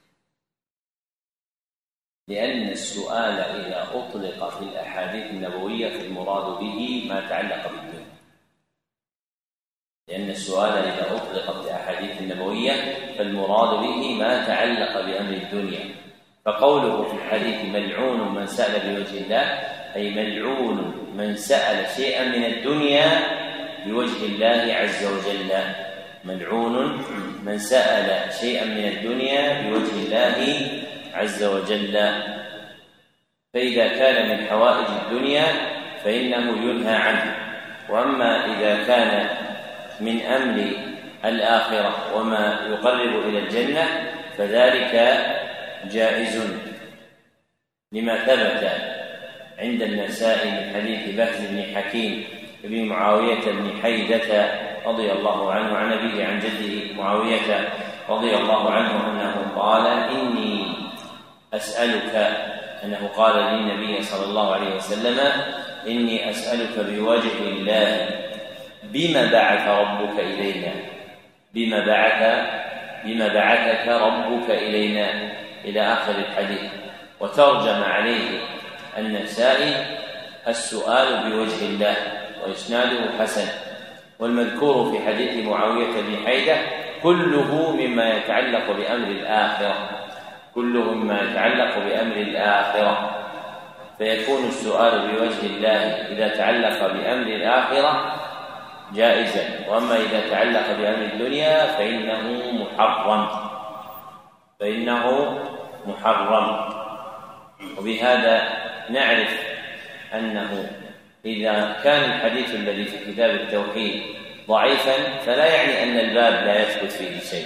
لأن السؤال إذا أطلق في الأحاديث النبوية فالمراد به ما تعلق بالدنيا، لأن السؤال إذا أطلق في الأحاديث النبوية فالمراد به ما تعلق بأمر الدنيا. فقوله في الحديث ملعون من سأل بوجه الله أي ملعون من سأل شيئا من الدنيا بوجه الله عز وجل، ملعون من سأل شيئا من الدنيا بوجه الله عز وجل. فإذا كان من حوائج الدنيا فإنه ينهى عنه، وأما إذا كان من أمر الآخرة وما يقرب إلى الجنة فذلك جائز، لما ثبت عند النسائي من حديث بهز بن حكيم بن معاوية بن حيدة رضي الله عنه عن أبيه عن جده معاوية رضي الله عنه أنه قال إني أسألك أنه قال للنبي صلى الله عليه وسلم إني أسألك بوجه الله بما بعث ربك إلينا بما بعث بما بعثك ربك إلينا إلى آخر الحديث. وترجم عليه النسائي السؤال بوجه الله وإسناده حسن. والمذكور في حديث معاوية بن حيدة كله مما يتعلق بأمر الآخرة كله مما يتعلق بأمر الآخرة فيكون السؤال بوجه الله إذا تعلق بأمر الآخرة جائزا، وأما إذا تعلق بأمر الدنيا فإنه محرم فإنه محرم. وبهذا نعرف أنه إذا كان الحديث الذي في كتاب التوحيد ضعيفا فلا يعني أن الباب لا يثبت فيه شيء.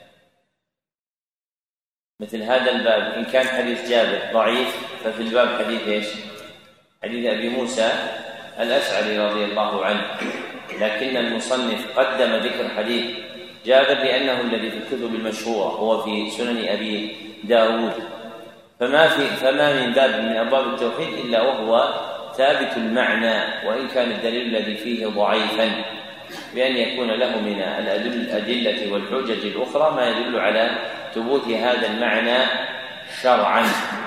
مثل هذا الباب إن كان حديث جابر ضعيف ففي الباب حديث إيش؟ حديث أبي موسى الأشعري رضي الله عنه، لكن المصنف قدم ذكر حديث جابر لأنه الذي في الكتب المشهورة هو في سنن أبي داود، فما في فما من باب من أبواب التوحيد إلا وهو ثابت المعنى، وإن كان الدليل الذي فيه ضعيفا، بأن يكون له من الأدلة والحجج الأخرى ما يدل على ثبوت هذا المعنى شرعا.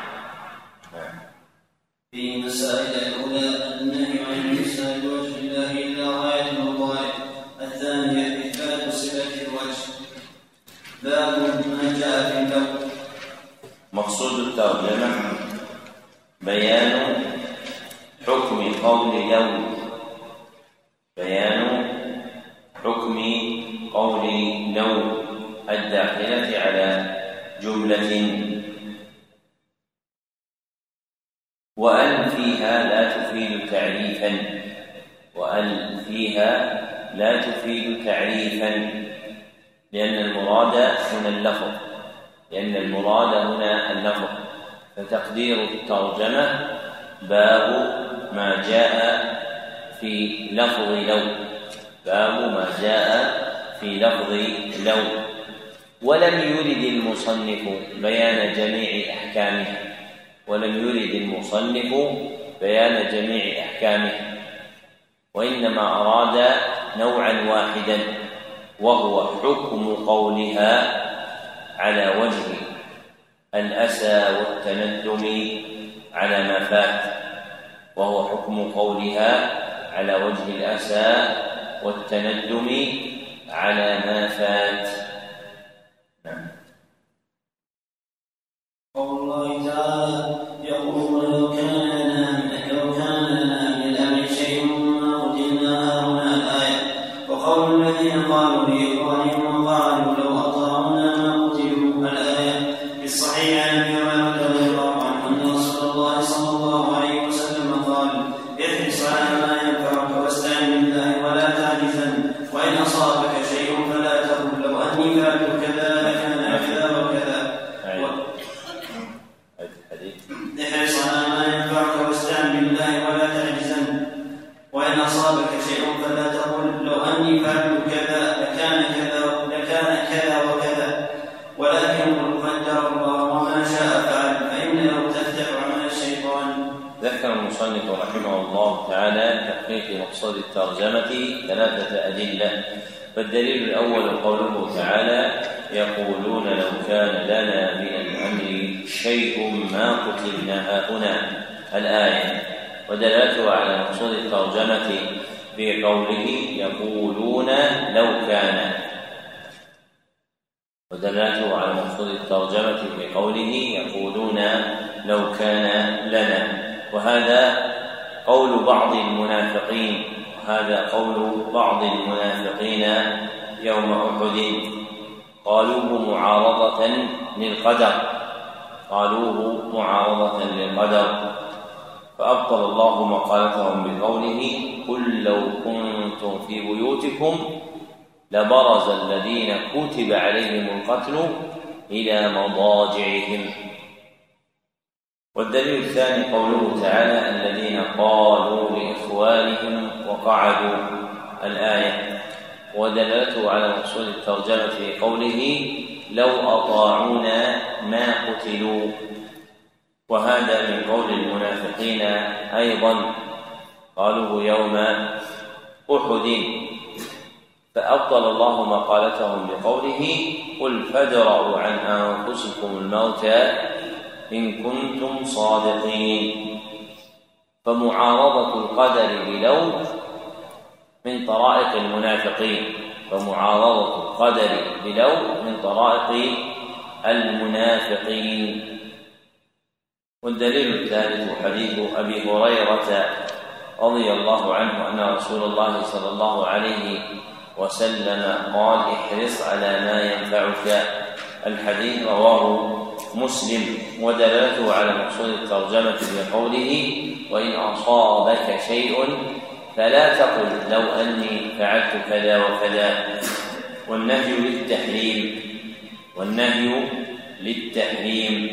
في مسائل الأولى النهي عن الإحسان بوجه الله إلا غاية المطالب. الثانية إثبات صفة الوجه. باب ما جاء في اللون. مقصود الترجمة بيان حكم قول لو بيان حكم قول لو الداخلة على جملة، وأن فيها لا تفيد تعريفا وأن فيها لا تفيد تعريفا لأن المراد هنا اللفظ لأن المراد هنا اللفظ فتقدير الترجمة باب ما جاء في لفظ لو باب ما جاء في لفظ لو. ولم يرد المصنف بيان جميع أحكامه ولم يرد المصنف بيان جميع أحكامه وإنما أراد نوعا واحدا، وهو حكم قولها على وجه الأسى والتندم على ما فات وهو حكم قولها على وجه الأسى والتندم على ما فات. نعم. قول الله تعالى يقول لو كان لنا لو كان لنا من الأمر شيء ما قتلنا هنا الآية. وقول الذين قالوا لإخوانهم وقالوا لو أطاعونا ما قتلوا الآية. في الصحيح عن ابي هريرة رضي الله عنه أن رسول الله صلى الله عليه وسلم قال احرص على ما ينفعك واستعن بالله ولا تعجزن، وإن أصابك شيء فلا تقل لو أني فعلت كذا لكان كذا وكذا. احرص على ما ينفعك واستعن بالله ولا تعجزن، وإن أصابك شيء فلا تقل لو أني فعلت كذا لكان كذا لكان كذا وكذا، ولكن قل قدر الله وما شاء فعل، فإنه تفتح عمل الشيطان. ذكر المصنف رحمه الله تعالى تحقيق مقصود الترجمة ثلاثة أدلة. فالدليل الأول قوله تعالى يقولون لو كان لنا من الأمر شيء ما قتلنا هنا الآية، ودلالته على مقصود الترجمة في قوله يقولون لو كان، ودلالته على مقصود الترجمة في قوله يقولون لو كان لنا. وهذا قول بعض المنافقين وهذا قول بعض المنافقين يوم أحد، قالوه معارضة للقدر قالوه معارضة للقدر فأبطل الله مقالتهم بقوله قل لو كنتم في بيوتكم لبرز الذين كتب عليهم القتل إلى مضاجعهم. والدليل الثاني قوله تعالى الذين قالوا لإخوانهم وقعدوا الآية، ودلالته على مقصود الترجمة في قوله لو أطاعونا ما قتلوا، وهذا من قول المنافقين أيضا قالوا يوم أحد، فأبطل الله مقالتهم بقوله قل فادرءوا عن أنفسكم الموت إن كنتم صادقين. فمعارضة القدر بلو من طرائق المنافقين فمعارضة القدر بلو من طرائق المنافقين. والدليل الثالث حديث أبي هريرة رضي الله عنه أن رسول الله صلى الله عليه وسلم قال احرص على ما ينفعك. الحديث رواه مسلم، ودلالته على مقصود الترجمة بقوله وإن أصابك شيء فلا تقل لو أني فعلت كذا وكذا. والنهي للتحريم والنهي للتحريم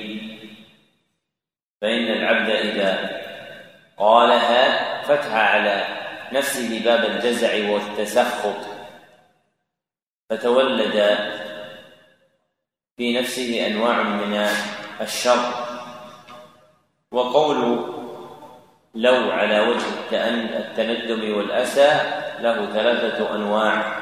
فإن العبد إذا قالها فتح على نفسه باب الجزع والتسخط، فتولد في نفسه أنواع من الشر وقول لو على وجه التندم والأسى له ثلاثة أنواع.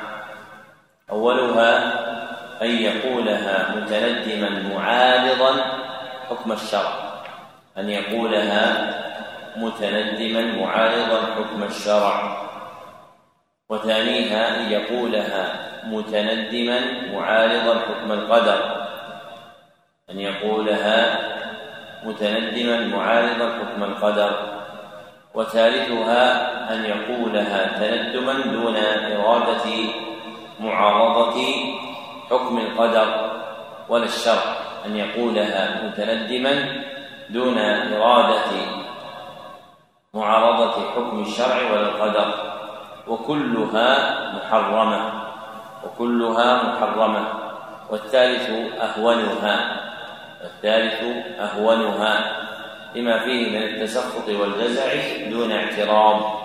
أولها أن يقولها متندما معارضا حكم الشرع، أن يقولها متندما معارضا حكم الشرع. وثانيها أن يقولها متندما معارضا حكم القدر، أن يقولها متندما معارضا حكم القدر. وثالثها أن يقولها تندما دون إرادة معارضة حكم القدر ولا الشرع، أن يقولها متندما دون إرادة معارضة حكم الشرع ولا القدر، وكلها محرمة وكلها محرمة. والثالث أهونها والثالث أهونها لما فيه من التسخط والجزع دون اعتراض.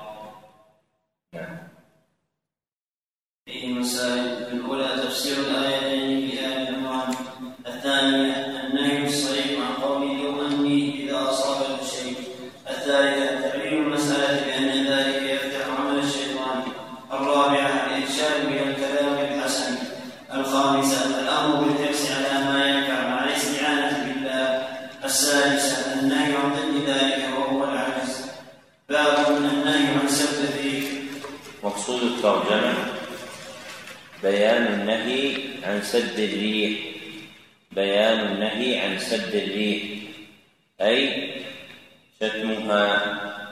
فيه مسائل. الأولى تفسير الآيتين في آية عمران. الثانية النهي الصريح عن قوله يؤمني إذا أصابه شيء. الثالثة تعليل المسألة بأن ذلك يفتح عمل الشيطان. الرابعة الإرشاد إلى الكلام الحسن. الخامسة الأمر بالحرص على ما ينفع مع الاستعانة بالله. السادسة النهي عن ضد ذلك وهو العجز. باب النهي عن سب الذكر. مقصود الترجمة بيان النهي عن سد الريح، بيان النهي عن سد الريح أي شتمها،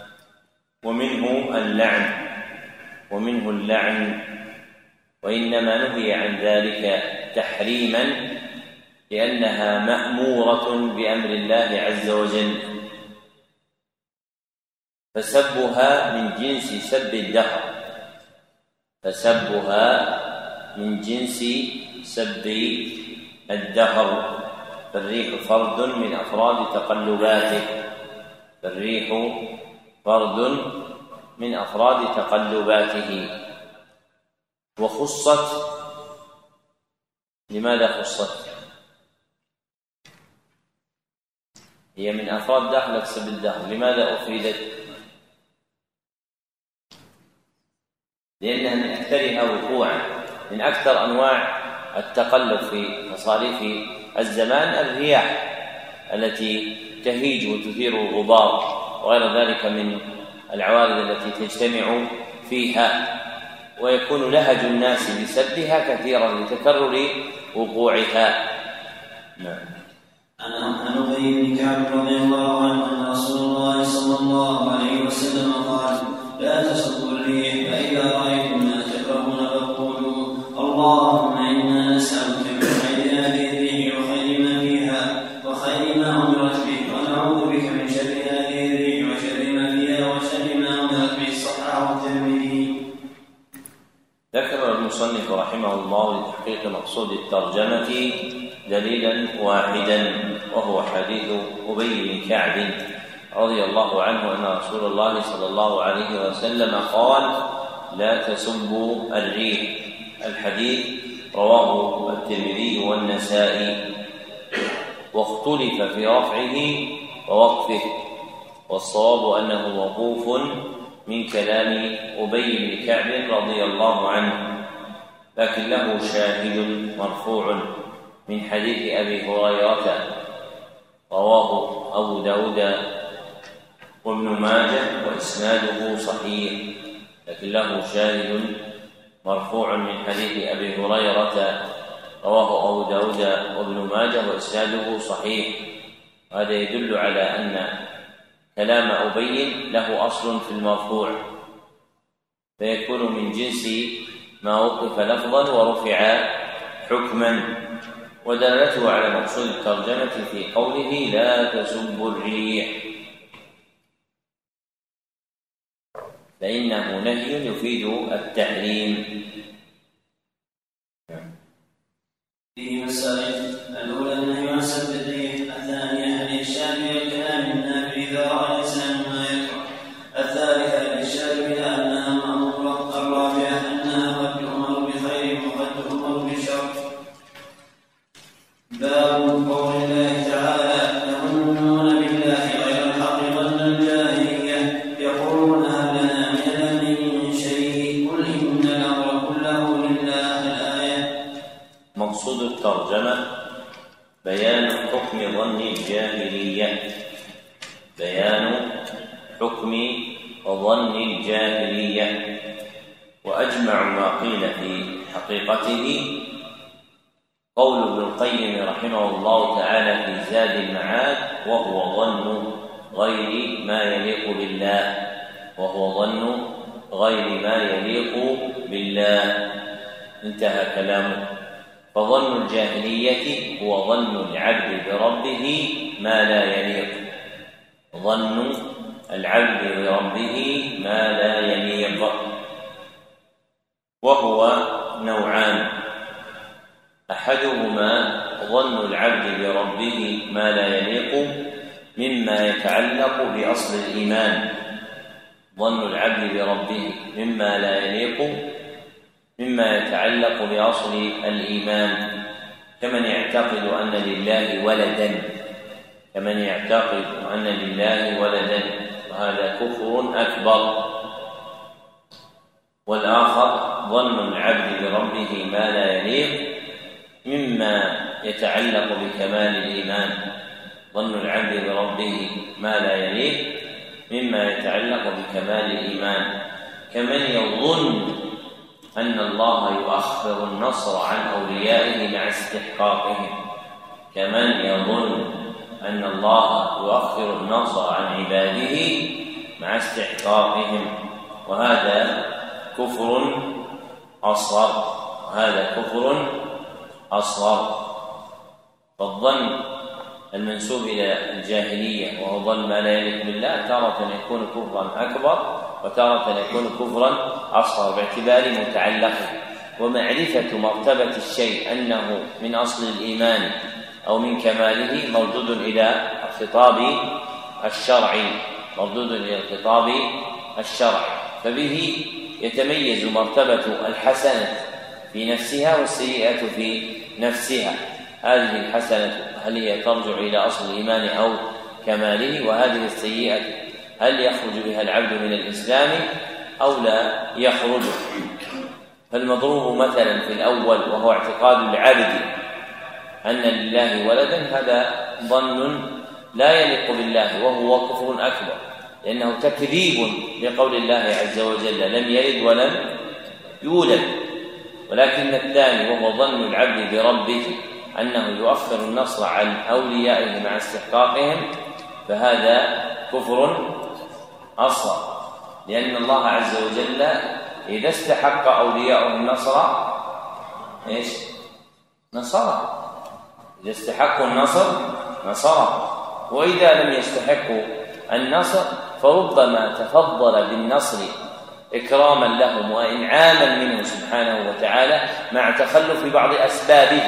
ومنه اللعن ومنه اللعن وإنما نهي عن ذلك تحريما لأنها مأمورة بأمر الله عز وجل، فسبها من جنس سب الدهر فسبها من جنس سب الدهر. فالريح فرد من أفراد تقلباته فالريح فرد من أفراد تقلباته. وخصت، لماذا خصت؟ هي من أفراد داخل سب الدهر، لماذا أفردت؟ لأنها من أكثرها وقوعا، من أكثر أنواع التقلب في مصاريف الزمان الرياح التي تهيج وتثير الغبار وغير ذلك من العوارض التي تجتمع فيها، ويكون لهج الناس بسبها كثيرا لتكرر وقوعها. نعم. عن أبي بن كعب رضي الله عنه أن رسول الله صلى الله عليه وسلم قال: لا تسبوا الريح، فإذا رأيتم ما تكرهون فقولوا اللهم إنا نسألك من خير هذه الريح وخير ما فيها وخير ما أمرت به، ونعوذ بك من شر هذه الريح وشر ما فيها وشر ما أمرت به. صححه الترمذي. ذكر المصنف رحمه الله لتحقيق مقصود الترجمة دليلا واحدا، وهو حديث أبي بن كعب رضي الله عنه أن رسول الله صلى الله عليه وسلم قال: لا تسبوا الريح. الحديث رواه الترمذي والنسائي، واختلف في رفعه ووقفه، والصواب أنه موقوف من كلام أبي بن كعب رضي الله عنه، لكن له شاهد مرفوع من حديث أبي هريرة رواه أبو داود وابن ماجه وإسناده صحيح، لكن له شاهد مرفوع من حديث أبي هريرة رواه أبو داود وابن ماجه وإسناده صحيح. هذا يدل على أن كلام أبي له أصل في المرفوع، فيكون من جنس ما وقف لفظا ورفع حكما. ودلته على مقصود الترجمة في قوله لا تسبوا الريح، فإنه نهي يفيد التحريم. فيه مسائل. الأولى النهي عن سب الريح. الثانية الإرشاد إلى الكلام النافع إذا رأى الإنسان ما يكره. الثالثة الإرشاد إلى أنها مأمورة. الرابعة أنها قد تؤمر بخير وقد تؤمر بشر. باب قول الله تعالى: يظنون بالله ترجمة: بيان حكم ظن الجاهلية. بيان حكم ظن الجاهلية. وأجمع ما قيل في حقيقته قول ابن القيم رحمه الله تعالى في زاد المعاد: وهو ظن غير ما يليق بالله. وهو ظن غير ما يليق بالله. انتهى كلامه. فظن الجاهلية هو ظن العبد بربه ما لا يليق. ظن العبد بربه ما لا يليق، وهو نوعان: أحدهما ظن العبد بربه ما لا يليق مما يتعلق بأصل الإيمان. ظن العبد بربه مما لا يليق مما يتعلق بأصل الإيمان، كمن يعتقد أن لله ولدا كمن يعتقد أن لله ولدا وهذا كفر أكبر. والآخر ظن العبد بربه ما لا يليق مما يتعلق بكمال الإيمان. ظن العبد بربه ما لا يليق مما يتعلق بكمال الإيمان، كمن يظن أن الله يؤخر النصر عن أوليائه مع استحقاقهم. كمن يظن أن الله يؤخر النصر عن عباده مع استحقاقهم، وهذا كفر أصغر. وهذا كفر أصغر. فالظن المنسوب إلى الجاهلية وهو ظن ما لا يليق بالله تارة يكون كفرا أكبر وتارة يكون كفرا أصغر باعتبار متعلقه. ومعرفة مرتبة الشيء أنه من أصل الإيمان أو من كماله مردود إلى الخطاب الشرعي مردود إلى الخطاب الشرعي فبه يتميز مرتبة الحسنة في نفسها والسيئة في نفسها. هذه الحسنة هل هي ترجع إلى أصل الإيمان أو كماله؟ وهذه السيئة هل يخرج بها العبد من الإسلام أو لا يخرج؟ فالمضروب مثلا في الأول وهو اعتقاد العبد أن لله ولدا، هذا ظن لا يليق بالله وهو كفر أكبر، لأنه تكذيب لقول الله عز وجل: لم يلد ولم يولد. ولكن الثاني وهو ظن العبد بربه أنه يؤخر النصر عن أوليائه مع استحقاقهم، فهذا كفر أصغر، لأن الله عز وجل إذا استحق أولياءه النصر إيش؟ نصره. إذا استحقوا النصر نصره، وإذا لم يستحقوا النصر فربما تفضل بالنصر إكراما لهم وإنعاما منه سبحانه وتعالى مع تخلف بعض أسبابه،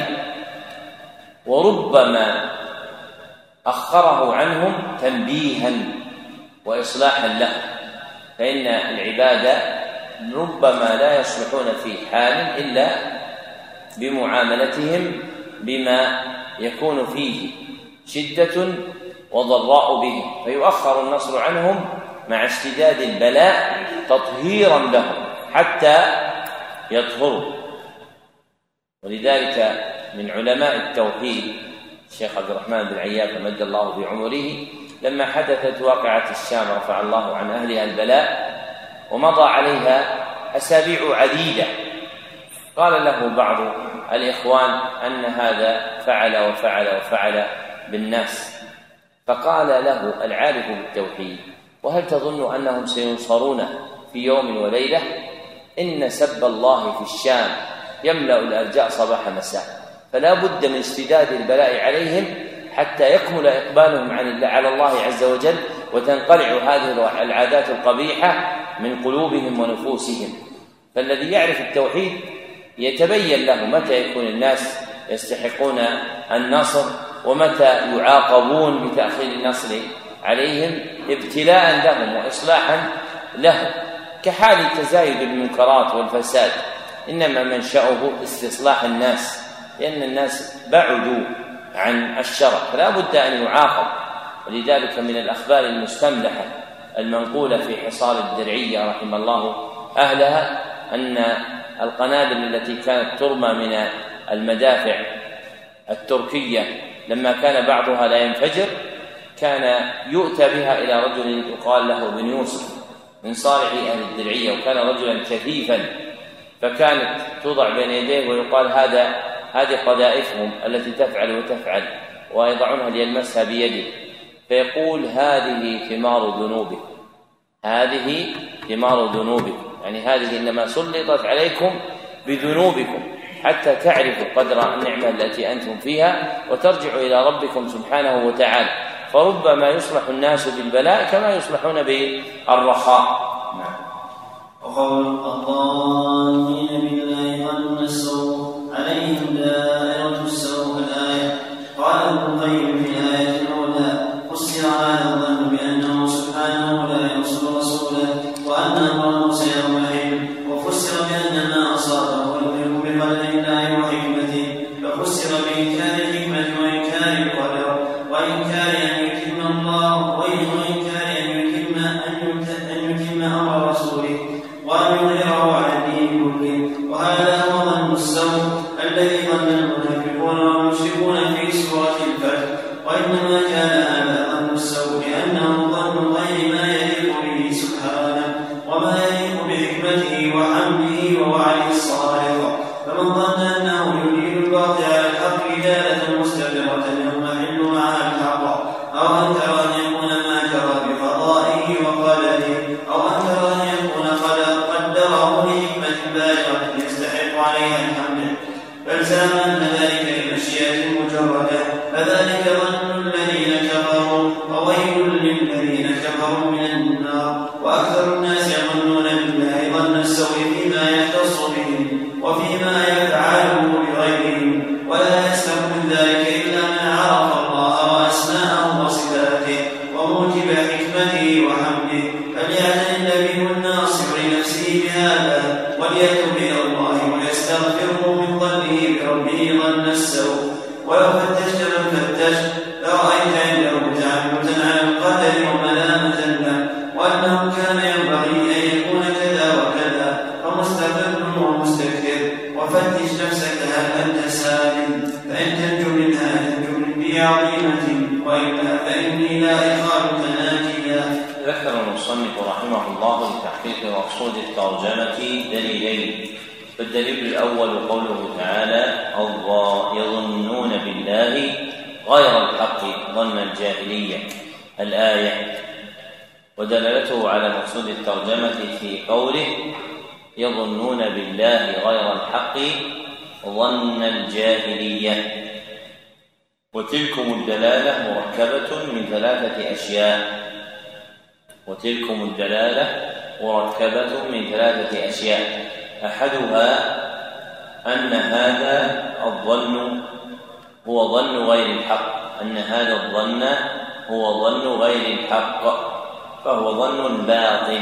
وربما أخره عنهم تنبيها وإصلاحا له. فإن العبادة ربما لا يصلحون في حال إلا بمعاملتهم بما يكون فيه شدة وضراء به، فيؤخر النصر عنهم مع اشتداد البلاء تطهيرا لهم حتى يطهروا. ولذلك من علماء التوحيد الشيخ عبد الرحمن بن عياف مد الله في عمره لما حدثت واقعة الشام رفع الله عن أهلها البلاء ومضى عليها أسابيع عديدة، قال له بعض الإخوان أن هذا فعل وفعل وفعل بالناس، فقال له العارف بالتوحيد: وهل تظن أنهم سينصرون في يوم وليلة؟ إن سب الله في الشام يملأ الأرجاء صباح مساء، فلا بد من اشتداد البلاء عليهم حتى يكمل إقبالهم عن على الله عز وجل وتنقلع هذه العادات القبيحة من قلوبهم ونفوسهم. فالذي يعرف التوحيد يتبين له متى يكون الناس يستحقون النصر ومتى يعاقبون بتأخير النصر عليهم ابتلاء لهم وإصلاحا لهم، كحال تزايد المنكرات والفساد إنما منشأه استصلاح الناس، لأن الناس بعدوا عن الشرع فلا بد أن يعاقب. ولذلك من الأخبار المستملحة المنقولة في حصار الدرعية رحم الله أهلها أن القنابل التي كانت ترمى من المدافع التركية لما كان بعضها لا ينفجر كان يؤتى بها إلى رجل يقال له بن يوسف من صالح أهل الدرعية، وكان رجلا كثيفا، فكانت توضع بين يديه ويقال هذا هذه قذائفهم التي تفعل وتفعل، ويضعونها ليلمسها بيده، فيقول هذه ثمار ذنوبكم، هذه ثمار ذنوبكم، يعني هذه إنما سلطت عليكم بذنوبكم حتى تعرفوا قدر النعمة التي أنتم فيها وترجعوا إلى ربكم سبحانه وتعالى. فربما يصلح الناس بالبلاء كما يصلحون بالرخاء. وقول الظانين بالله ظن السوء عليهم دائرة السوء الآية. قال ابن القيم في الآية الأولى فسر هذا الظن بأنه سبحانه لا ينصر رسوله وأن أمره سيرحم، وفسر بأن ما أصابه يؤمن بقدر الله وحكمته، ففسر بإنكار الحكمة وإنكار القدر وإنكار أن يتم الله وإنكار أن يتم أن يتم أمر رسوله وأن يظهره على الدين كله. وهذا هو ظن السوء الذي ظن المنافقون والمشركون في سورة الفتح، وإنما كان هذا ظن السوء لأنه ظن غير ما يليق به سبحانه وما يليق بحكمته وحمده ووعده الصادق. فمن ظن أنه يريد الباطل على الحق دالة مستقرة يضمحل معها الحق، أو أن ترى أن يكون ما جرى بقضائه وقدره، أو أن ترى أن يكون قدره لحكمة بالغة يستحق عليها الحمد، بل زعم أن ذلك لمشيئة مجردة، فذلك ظن الذين كفروا وويل للذين كفروا من النار. وأكثر الناس يظنون بالله ظن السوء فيما يختص بهم وفيما يفعله بغيرهم، ولا يستقبل ذلك إلا من عرف الله وأسماءه وصفاته وموجب حكمته وحمده، فليعتني النبي الناصر لنفسه بهذا وليتوب إلى الله ويستغفره من ظنه بربه ظن السوء. ولو فتشت من فتشت لرأيت عنده تعمدا على القدر وملامة له، وأنه كان ينبغي أن يكون كذا وكذا، فمستقر ومستكبر. وفتش نفسك هل أنت سالم، فإن تنجو منها تنجو من بي عظيمة، وإلا فإني لا إخالك ناجيا. ذكر المصنف رحمه الله لتحقيق مقصود الترجمة دليلين. فالدليل الأول قوله تعالى يظنون بالله غير الحق ظن الجاهلية الآية، ودلالته على مقصود الترجمة في قوله يظنون بالله غير الحق ظن الجاهلية. وتلكم الدلالة مركبة من ثلاثة أشياء وتلكم الدلالة مركبة من ثلاثة أشياء أحدها أن هذا الظن هو ظن غير الحق، أن هذا الظن هو ظن غير الحق، فهو ظن باطل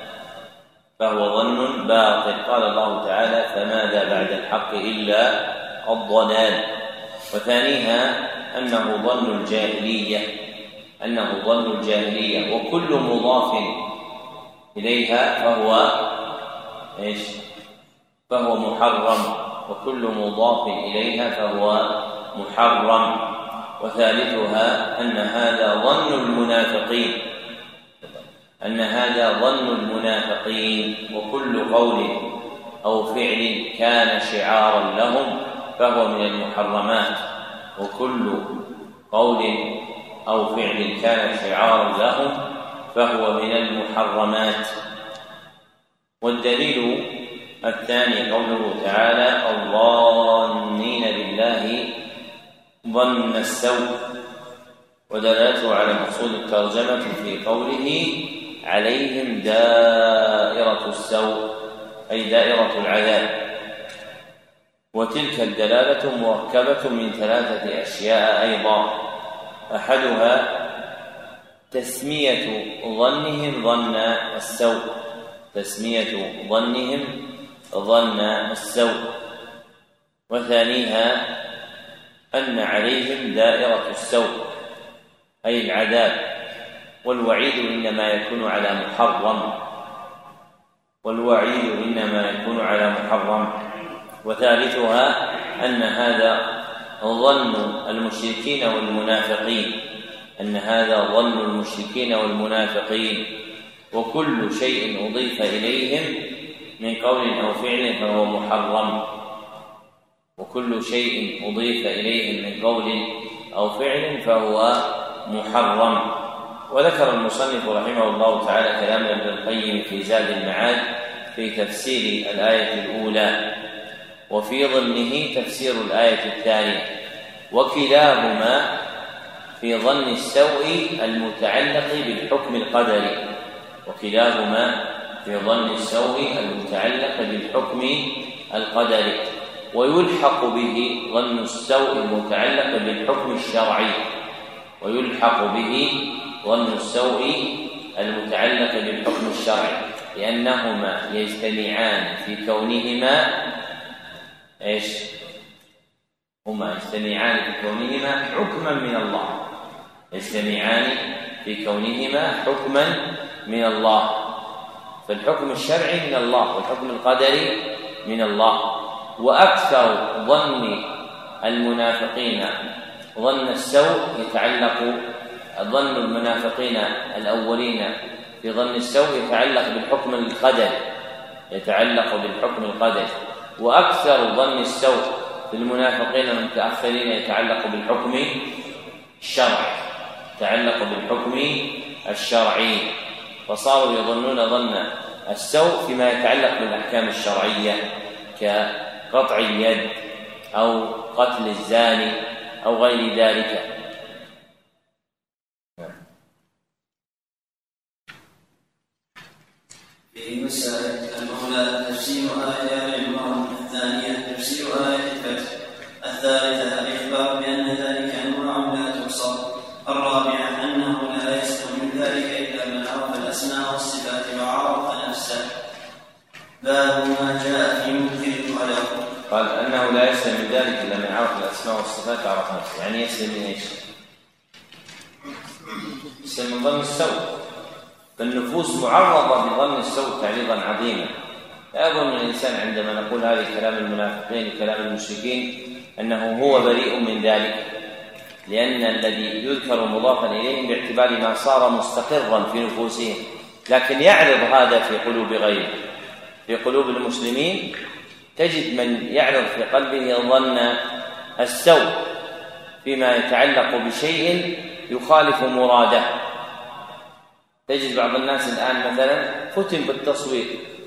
فهو ظن باطل قال الله تعالى فماذا بعد الحق إلا الضلال. وثانيها أنه ظن الجاهلية أنه ظن الجاهلية وكل مضاف إليها فهو إيش؟ فهو محرم، وكل مضاف إليها فهو محرم. وثالثها أن هذا ظن المنافقين أن هذا ظن المنافقين وكل قول أو فعل كان شعارا لهم فهو من المحرمات، وكل قول أو فعل كان شعارا لهم فهو من المحرمات. والدليل الثاني قوله تعالى الظانين بالله ظن السوء، ودلالته على مقصود الترجمة في قوله عليهم دائرة السوء أي دائرة العذاب. وتلك الدلالة مركبة من ثلاثة أشياء أيضا، أحدها تسمية ظنهم ظن السوء تسمية ظنهم ظن السوء وثانيها أن عليهم دائرة السوء أي العذاب، والوعيد إنما يكون على محرم والوعيد إنما يكون على محرم وثالثها أن هذا ظن المشركين والمنافقين، أن هذا ظن المشركين والمنافقين، وكل شيء أضيف إليهم من قول أو فعل فهو محرم، وكل شيء أضيف إليهم من قول أو فعل فهو محرم. وذكر المصنف رحمه الله تعالى كلام ابن القيم في زاد المعاد في تفسير الآية الأولى، وفي ضمنه تفسير الآية الثانية، وكلاهما في ظن السوء المتعلق بالحكم القدري، وكلاهما في ظن السوء المتعلق بالحكم القدري، ويلحق به ظن السوء المتعلق بالحكم الشرعي، ويلحق به ظن السوء المتعلق بالحكم الشرعي، لأنهما يجتمعان في كونهما ايش؟ هما يجتمعان في كونهما حكما من الله، يجتمعان في كونهما حكما من الله، فالحكم الشرعي من الله والحكم القدري من الله. وأكثر ظن المنافقين ظن السوء يتعلق ظن المنافقين الأولين في ظن السوء يتعلق بالحكم القدري، يتعلق بالحكم القدري، وأكثر ظن السوء في المنافقين المتأخرين يتعلق بالحكم الشرعي، يتعلق بالحكم الشرعي، فصاروا يظنون ظن السوء فيما يتعلق بالأحكام الشرعية كقطع اليد أو قتل الزاني أو غير ذلك. في مسائل الأولى تفسير آية آل عمران، الثانية تفسير آية الفتح، الثالثة الإخبار بأن ذلك أنواع لا تحصى، الرابعة أنه لا يسلم من ذلك إلا من عرف الأسماء والصفات وعرف نفسه. باب ما جاء في منكر الخلق. قال أنه لا يسلم من ذلك إلا من عرف الأسماء والصفات وعرف نفسه، يعني يسلم من إيش؟ يسلم من ظن السوء، فالنفوس معرضة بظن السوء تعريضا عظيما. لا يظن الإنسان عندما نقول هذه كلام المنافقين كلام المشركين أنه هو بريء من ذلك، لأن الذي يذكر مضافا إليهم باعتبار ما صار مستقرا في نفوسهم، لكن يعرض هذا في قلوب غيره. في قلوب المسلمين تجد من يعرض في قلبه ظن السوء فيما يتعلق بشيء يخالف مراده. تجد بعض الناس الآن مثلا فتن بالتصوير،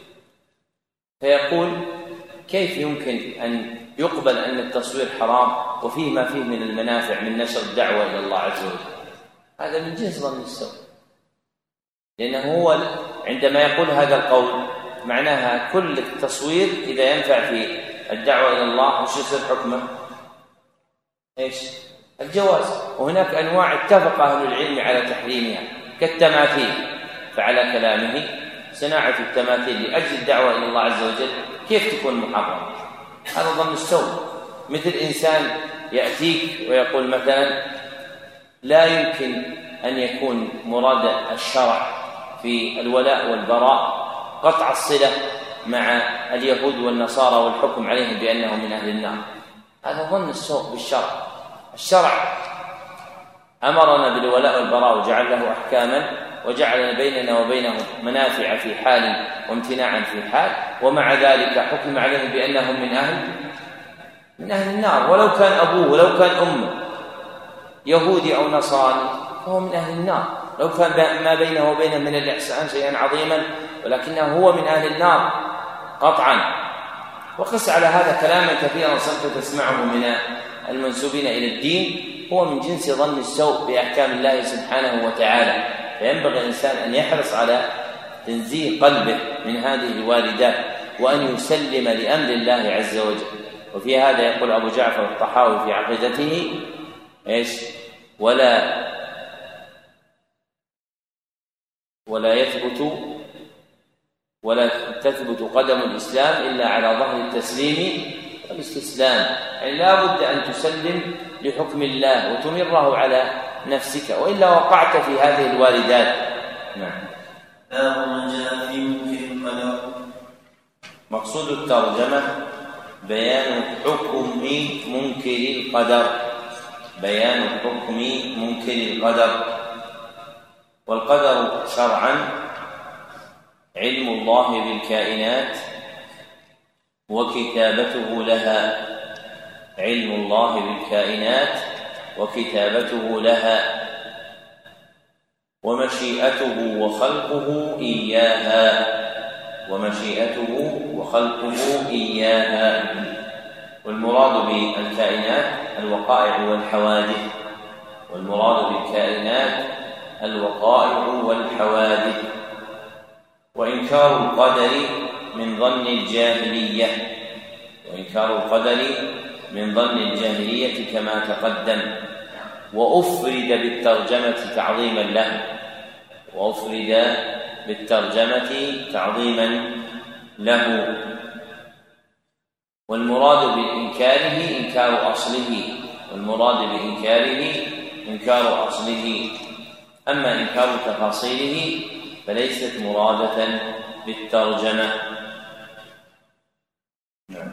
فيقول كيف يمكن أن يقبل أن التصوير حرام وفيه ما فيه من المنافع من نشر الدعوة إلى الله عز وجل؟ هذا من جنس ظن السوء، لأنه هو عندما يقول هذا القول معناها كل التصوير إذا ينفع في الدعوة إلى الله وش يصير حكمه؟ إيش؟ الجواز. وهناك أنواع اتفق أهل العلم على تحريمها كالتماثيل، فعلى كلامه صناعة التماثيل لأجل الدعوة إلى الله عز وجل كيف تكون محرمة؟ هذا ظن السوء. مثل إنسان يأتيك ويقول مثلا لا يمكن أن يكون مراد الشرع في الولاء والبراء قطع الصلة مع اليهود والنصارى والحكم عليهم بأنهم من أهل النار. هذا ظن السوء بالشرع. الشرع أمرنا بالولاء والبراء وجعل له أحكاما وجعل بيننا وبينهم منافع في حال وامتناعا في حال، ومع ذلك حكم عليهم بأنهم من أهل من أهل النار، ولو كان أبوه ولو كان أمه يهودي أو نصراني فهو من أهل النار، لو كان ما بينه وبينه من الإحسان شيئا عظيما ولكنه هو من أهل النار قطعا. وقس على هذا كلاما كثيرا صرت تسمعه من المنسوبين إلى الدين، هو من جنس ظن السوء بأحكام الله سبحانه وتعالى. فينبغي الإنسان أن يحرص على تنزيه قلبه من هذه الواردات وأن يسلم لأمر الله عز وجل. وفي هذا يقول أبو جعفر الطحاوي في عقيدته إيش؟ ولا ولا يثبت ولا تثبت قدم الإسلام إلا على ظهر التسليم والاستسلام، يعني لا بد أن تسلم لحكم الله وتمره على نفسك، وإلا وقعت في هذه الواردات. نعم. باب ما جاء في منكر القدر. مقصود الترجمة بيان حكم منكر القدر بيان حكم منكر القدر. والقدر شرعا علم الله بالكائنات وكتابته لها علم الله بالكائنات وكتابته لها ومشيئته وخلقه إياها ومشيئته وخلقه إياها. والمراد بالكائنات الوقائع والحوادث والمراد بالكائنات الوقائع والحوادث. وإنكار القدر من ظن الجاهلية وإنكار القدر من ظن الجاهلية كما تقدم. وأفرد بالترجمة تعظيما له وأفرد بالترجمة تعظيما له. والمراد بإنكاره إنكار أصله والمراد بإنكاره إنكار أصله. أما إنكار تفاصيله فليست مرادة بالترجمة. نعم.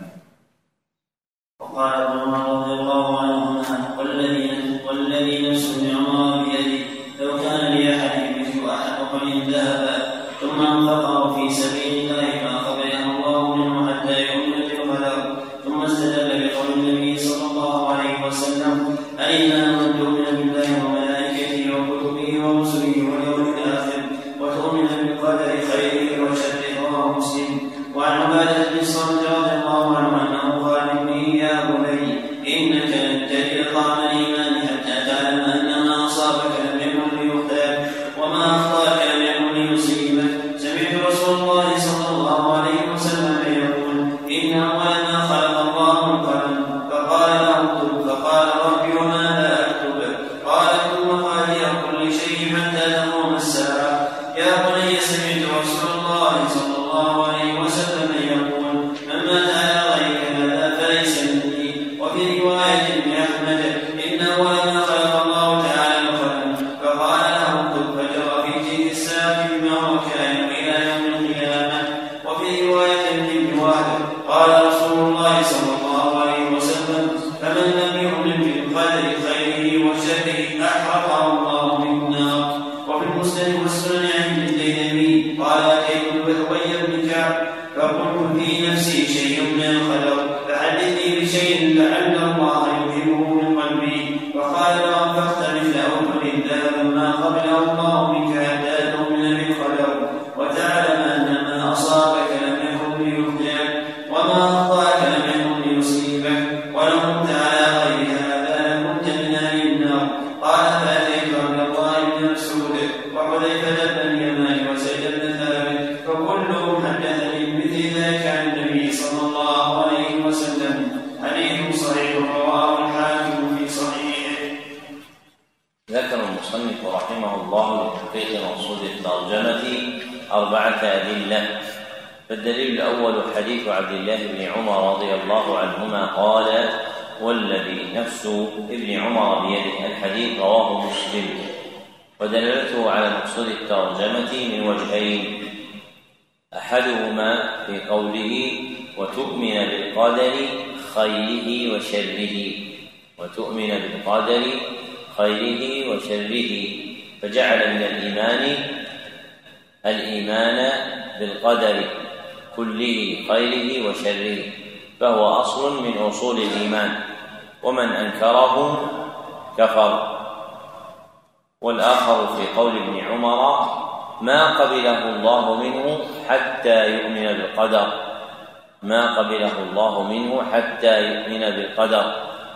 وقال ابن عمر رضي الله عنهما والذي والذي نفس عمر بيده لو كان لأحد مثل أحد أحد ذهبا ثم انفقه في سبيل الله فأخبره الله منه حتى يؤمن بالقدر ثم استدل بقول النبي صلى الله عليه وسلم أين من تؤمن بالله وملائكته وكتبه ورسله واليوم الآخر وتؤمن بالقدر خيره وشره. رواه مسلم. وعن عبادة بن الصامت رضي الله عنه أنه قال لابنه يا بني إنك لن تجد طعم الإيمان حتى تعلم أن ما أصابك لم يكن ليخطئك وما أخطأك لم يكن ليصيبك. سمعت رسول الله صلى الله عليه وسلم يقول إن أول ما خلق الله القلم فقال له اكتب فقال ربي وماذا أكتب؟ قال اكتب مقادير كل شيء حتى تقوم الساعة. يا بني سمعت رسول الله صلى الله عليه وسلم يقول من مات على غير هذا فليس مني. وفي رواية لأحمد إن أول ما خلق الله تعالى القلم فقال له اكتب فجرى في تلك الساعة بما هو كائن إلى يوم القيامة. وفي رواية لابن وهب قال رسول الله صلى الله عليه وسلم فمن لم يؤمن بالقدر خيره وشره أحرقه الله بالنار. وفي المسند والسنن عند الديلمي قال أتيت أبي بن كعب فقلت في نفسي شيء من القدر فحدثني بشيء لعل الله يذهبه من قلبي. فقال لو أنفقت مثل أحد ذهبا ما قبله الله منك حتى تؤمن بالقدر وتعلم أن ما أصابك لم يكن ليخطئك وما أخطأك لم يكن ليصيبك ولو كنت على غير هذا لكنت من أهل النار. قال فأتيت عبد الله بن مسعود وحذيفة بن اليمان وزيد بن ثابت فكلهم حدثني بمثل ذلك عن النبي صلى الله عليه وسلم. حديث صحيح رواه الحاكم في صحيحه. ذكر المصنف رحمه الله لتحقيق مقصود الترجمة أربعة أدلة. فالدليل الأول حديث عبد الله بن عمر رضي الله عنهما قال والذي نفس ابن عمر بيده. الحديث رواه مسلم. ودلالته على مقصود الترجمة من وجهين. أحدهما في قوله وتؤمن بالقدر خيره وشره وتؤمن بالقدر خيره وشره فجعل من الإيمان الإيمان بالقدر كله خيره وشره فهو أصل من أصول الإيمان ومن أنكره كفر. والآخر في قول ابن عمر ما قبله الله منه حتى يؤمن بالقدر ما قبله الله منه حتى يؤمن بالقدر.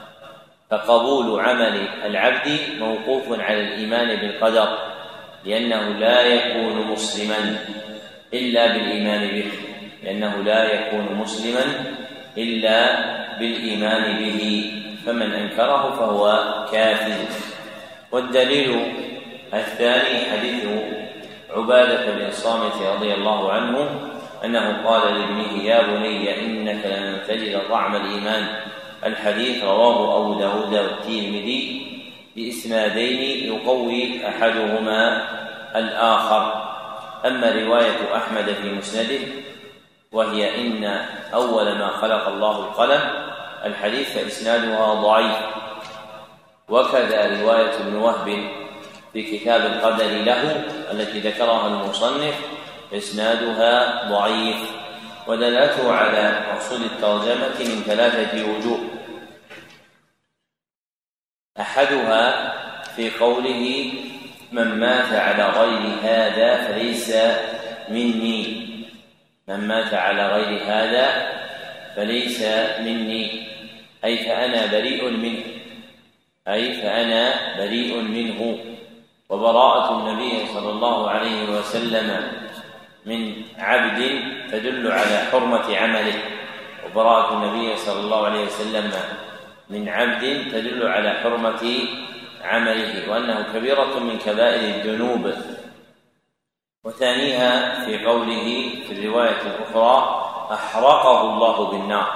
فقبول عمل العبد موقوف على الإيمان بالقدر لأنه لا يكون مسلما إلا بالإيمان به لأنه لا يكون مسلما إلا بالإيمان به فمن أنكره فهو كافر. والدليل الثاني حديث عبادة بن الصامت رضي الله عنه أنه قال لابنه يا بني إنك لن تجد طعم الإيمان. الحديث رواه أبو داود والترمذي بإسنادين يقوي أحدهما الآخر. أما رواية أحمد في مسنده وهي إن أول ما خلق الله القلم الحديث فإسنادها ضعيف. وكذا رواية ابن وهب في كتاب القدر له التي ذكرها المصنف إسنادها ضعيف. ودلالته على مقصود الترجمة من ثلاثة وجوه: أحدها في قوله من مات على غير هذا فليس مني، من مات على غير هذا فليس مني، أي فأنا بريء منه، أي فأنا بريء منه. وبراءة النبي صلى الله عليه وسلم من عبد تدل على حرمة عمله، وبراءة النبي صلى الله عليه وسلم من عبد تدل على حرمة عمله، وأنه كبيرة من كبائر الذنوب. وثانيها في قوله في الرواية الأخرى أحرقه الله بالنار،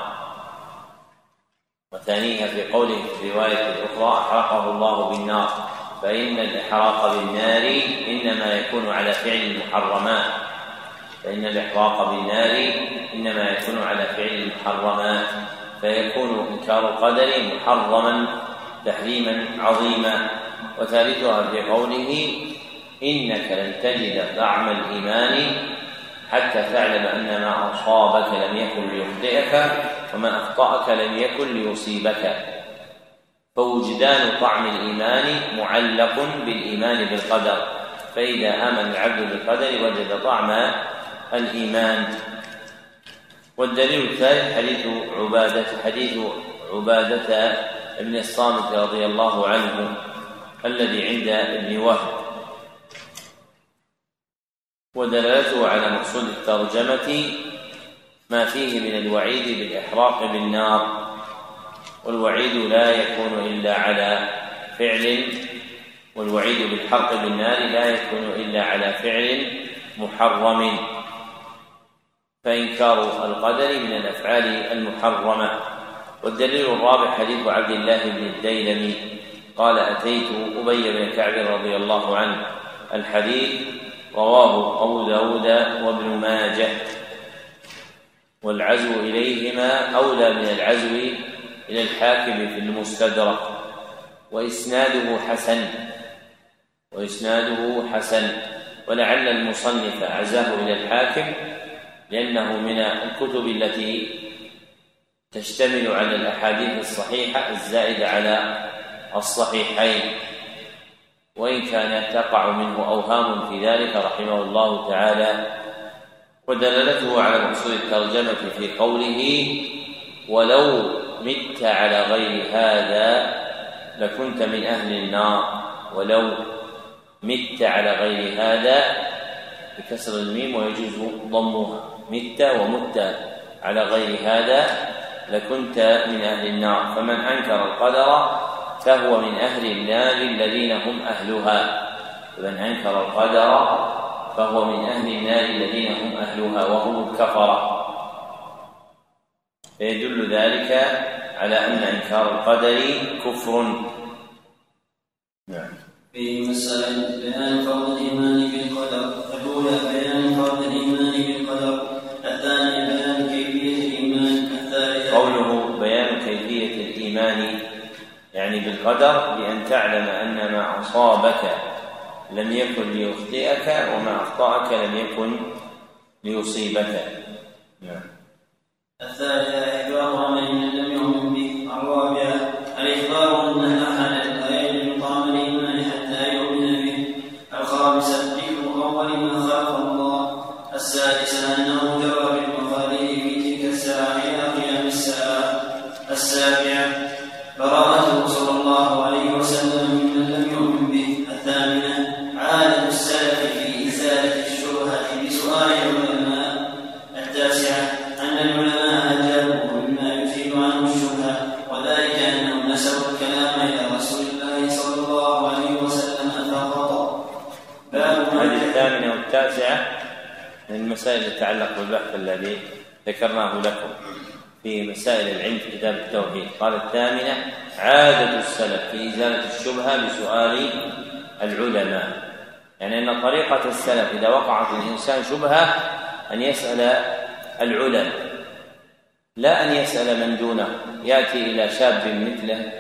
وثانيها في قوله في الرواية الأخرى أحرقه الله بالنار، فإن الإحراق بالنار إنما يكون على فعل المحرمات، فإن الإحراق بالنار إنما يكون على فعل المحرمات، فيكون إنكار القدر محرما تحريما عظيما. وثالثها في قوله إنك لن تجد طعم الإيمان حتى تعلم أن ما أصابك لم يكن ليخطئك وما أخطأك لم يكن ليصيبك. فوجدان طعم الإيمان معلق بالإيمان بالقدر، فإذا آمن العبد بالقدر وجد طعم الإيمان. والدليل الثالث حديث عبادة حديث عبادة ابن الصامت رضي الله عنه الذي عند ابن وهب، ودلالته على مقصود الترجمة ما فيه من الوعيد بالإحراق بالنار، والوعيد لا يكون إلا على فعل، والوعيد بالحرق بالنار لا يكون إلا على فعل محرم، فإنكار القدر من الأفعال المحرمة. والدليل الرابع حديث عبد الله بن الديلمي قال أتيت أبي بن كعب رضي الله عنه، الحديث رواه أبو داود وابن ماجه، والعزو إليهما أولى من العزو إلى الحاكم في المستدرك، وإسناده حسن وإسناده حسن ولعل المصنف عزاه إلى الحاكم لأنه من الكتب التي تشتمل على الأحاديث الصحيحة الزائدة على الصحيحين، وإن كانت تقع منه أوهام في ذلك رحمه الله تعالى. ودلالته على مقصود الترجمة في قوله ولو مت على غير هذا لكنت من أهل النار، ولو مت على غير هذا بكسر الميم ويجوز ضمها، مت ومت على غير هذا لكنت من أهل النار. فمن أنكر القدر فهو من أهل النار الذين هم أهلها، فمن أنكر القدر فهو من أهل النار الذين هم أهلها وهم الكفرة. فيدل ذلك على أن إنكار القدر كفر. نعم. في مسائل بيان فرض الإيمان بالقدر: الأولى بيان فرض الإيمان بالقدر، الثانية بيان كيفية الإيمان، الثالثة قوله بيان كيفية الإيمان يعني بالقدر بأن تعلم أن ما أصابك لم يكن ليخطئك وما أخطأك لم يكن ليصيبك. نعم. الثالثة إخبار عمل لم يؤمن به. الرابعة الإخبار أن أحدا لا يجد طعم الإيمان حتى يؤمن به. الخامسة ذكر أول ما خلق الله. السادسة أنه جرى بالمقادير في تلك الساعة إلى قيام الساعة. السابعة براءته صلى الله عليه وسلم ممن لم يؤمن به. الثامنة عادة السلف في إزالة الشبهة بسؤال العلماء. التاسعة أن العلماء أجابوا مما يزيل عنه الشبهة، وذلك أنهم نسبوا الكلام إلى رسول الله صلى الله عليه وسلم فقط. هذه الثامنة والتاسعة من المسائل التي تتعلق بالبحث الذي ذكرناه لكم في مسائل العلم في كتاب التوحيد. قال الثامنة عادة السلف في إزالة الشبهة بسؤال العلماء، يعني أن طريقة السلف إذا وقعت الإنسان شبهة أن يسأل العلماء، لا أن يسأل من دونه. يأتي إلى شاب مثله